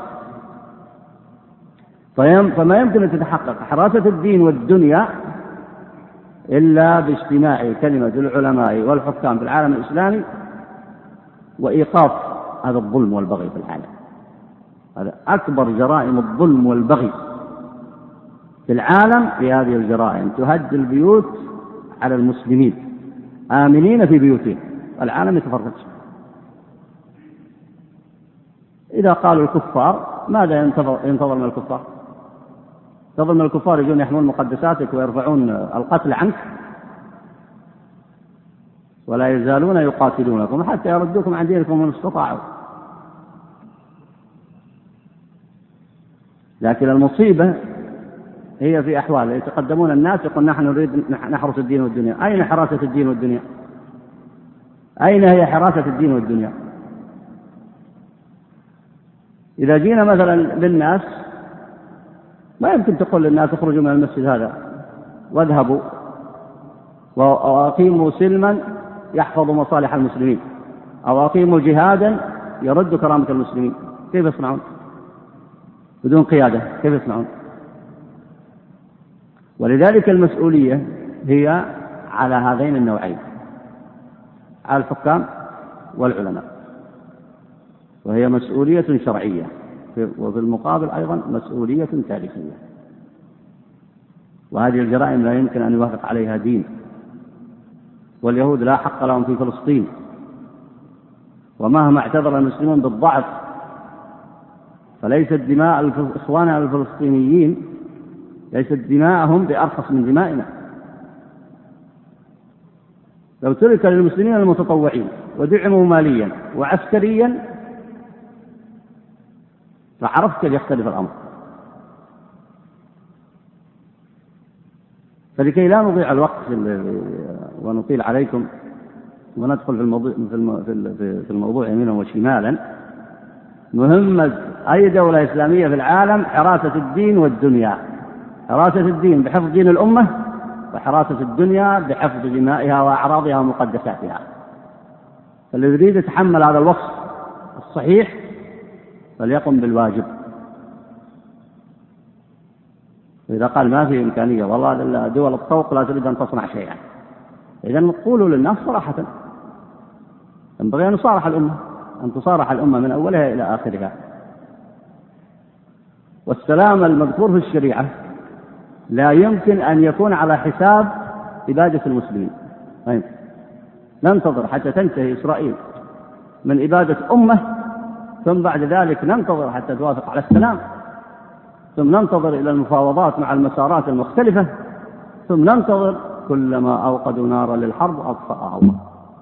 فما يمكن أن تتحقق حراسة الدين والدنيا إلا باجتماع كلمة العلماء والحكام في العالم الإسلامي وإيقاف هذا الظلم والبغي في العالم. هذا أكبر جرائم الظلم والبغي في العالم، في هذه الجرائم تهد البيوت على المسلمين آمنين في بيوتهم، العالم يتفرج. إذا قالوا الكفار ماذا ينتظر, ينتظر من الكفار؟ ينتظر من الكفار يجون يحمون مقدساتك ويرفعون القتل عنك، ولا يزالون يقاتلونكم حتى يردوكم عن دينكم من استطاعوا. لكن المصيبة هي في أحوال يتقدمون الناس يقول نحن نريد نحرس الدين والدنيا. أين حراسة الدين والدنيا؟ أين هي حراسة الدين والدنيا؟ إذا جينا مثلا للناس ما يمكن تقول للناس اخرجوا من المسجد هذا واذهبوا وأقيموا سلما يحفظ مصالح المسلمين، أو أقيموا جهادا يرد كرامة المسلمين. كيف يصنعون بدون قيادة؟ كيف يصنعون؟ ولذلك المسؤولية هي على هذين النوعين، على الحكام والعلماء، وهي مسؤولية شرعية، وفي المقابل أيضا مسؤولية تاريخية. وهذه الجرائم لا يمكن أن يوافق عليها دين، واليهود لا حق لهم في فلسطين، ومهما اعتذر المسلمون بالضعف فليست دماء إخواننا الفلسطينيين ليست دماءهم بأرخص من دمائنا. لو ترك للمسلمين المتطوعين ودعموا ماليا وعسكريا فعرفت كيف يختلف الأمر. فلكي لا نضيع الوقت ونطيل عليكم وندخل في الموضوع, في الموضوع يمينا وشمالا، مهمة أي دولة إسلامية في العالم حراسة الدين والدنيا. حراسة الدين بحفظ دين الأمة، وحراسة الدنيا بحفظ دمائها وأعراضها ومقدساتها. فالذي يريد يتحمل هذا الوصف الصحيح فليقم بالواجب. إذا قال ما في إمكانية والله دول الطوق لا تريد أن تصنع شيئا، إذن قولوا للناس صراحة. ينبغي أن نصارح الأمة، أن تصارح الأمة من أولها إلى آخرها. والسلام المذكور في الشريعة لا يمكن أن يكون على حساب إبادة المسلمين. طيب. ننتظر حتى تنتهي إسرائيل من إبادة أمة، ثم بعد ذلك ننتظر حتى توافق على السلام، ثم ننتظر إلى المفاوضات مع المسارات المختلفة، ثم ننتظر كلما أوقدوا نارا للحرب أطفأها الله.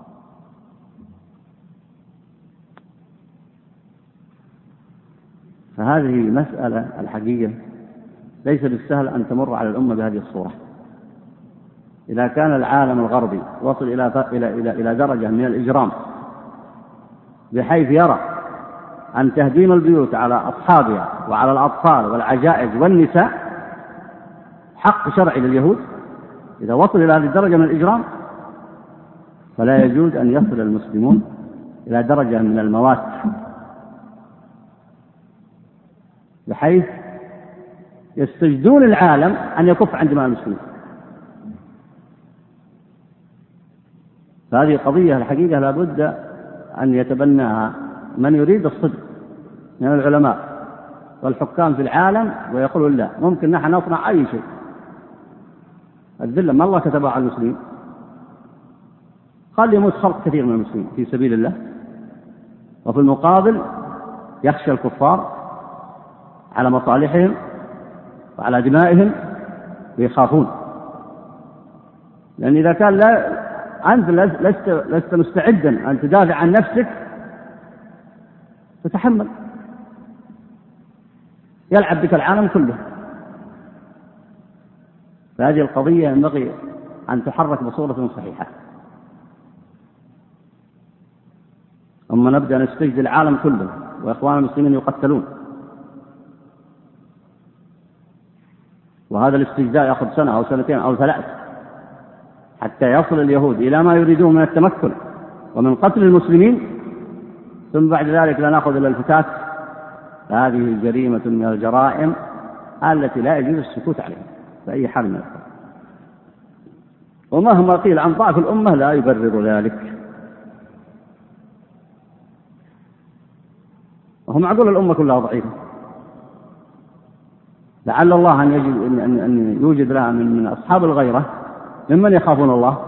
فهذه مسألة الحقيقة ليس بالسهل أن تمر على الأمة بهذه الصورة. إذا كان العالم الغربي وصل إلى إلى إلى إلى درجة من الإجرام بحيث يرى أن تهديم البيوت على أصحابها وعلى الأطفال والعجائز والنساء حق شرعي لليهود، إذا وصل إلى هذه الدرجة من الإجرام فلا يجوز أن يصل المسلمون إلى درجة من الموات بحيث يستجدون العالم أن يكف عن دماء المسلمين. فهذه قضية الحقيقة لا بد أن يتبناها من يريد الصدق من العلماء والحكام في العالم، ويقولون لا، ممكن نحن نصنع أي شيء. الذلة ما الله كتبها على المسلمين، قال يموت خلق كثير من المسلمين في سبيل الله، وفي المقابل يخشى الكفار على مصالحهم وعلى دمائهم ويخافون. لأن إذا كان لا أنت لست, لست مستعدا أن تدافع عن نفسك تتحمل، يلعب بك العالم كله. فهذه القضية ينبغي أن تحرك بصورة صحيحة. أما نبدأ نستجد العالم كله وإخوان المسلمين يقتلون، وهذا الاستجداء يأخذ سنة أو سنتين أو ثلاث، حتى يصل اليهود إلى ما يريدون من التمكن ومن قتل المسلمين، ثم بعد ذلك لا نأخذ إلا الفتات، فهذه جريمة من الجرائم التي لا يجوز السكوت عليها بأي حال من الأحوال. ومهما قيل عن ضعف الأمة لا يبرر ذلك. وهو معقول الأمة كلها ضعيفة، لعل الله أن, يجد أن, أن يوجد لها من, من أصحاب الغيرة ممن يخافون الله،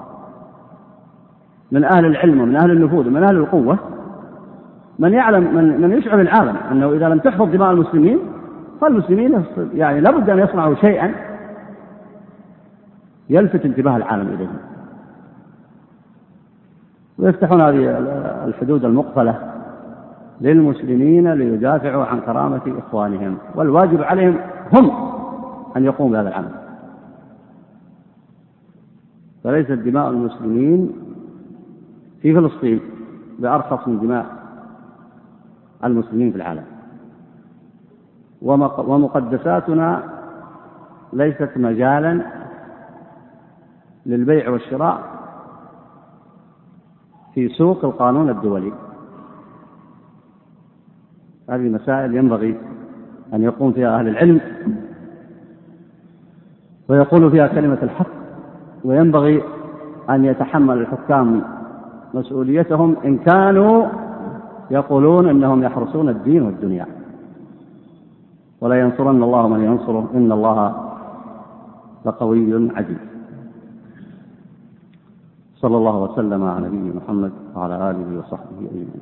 من أهل العلم ومن أهل النفوذ ومن أهل القوة، من يعلم من, من يشعر العالم أنه إذا لم تحفظ دماء المسلمين فالمسلمين يعني لابد أن يصنعوا شيئا يلفت انتباه العالم إليهم، ويفتحون هذه الحدود المقفلة للمسلمين ليدافعوا عن كرامة إخوانهم، والواجب عليهم هم أن يقوموا بهذا العمل. فليست دماء المسلمين في فلسطين بأرخص من دماء المسلمين في العالم، ومقدساتنا ليست مجالا للبيع والشراء في سوق القانون الدولي. هذه مسائل ينبغي أن يقوم فيها أهل العلم ويقول فيها كلمة الحق، وينبغي أن يتحمل الحكام مسؤوليتهم إن كانوا يقولون أنهم يحرسون الدين والدنيا. ولا ينصرن الله من ينصره إن الله لقوي عزيز. صلى الله وسلم على نبينا محمد وعلى آله وصحبه أجمعين.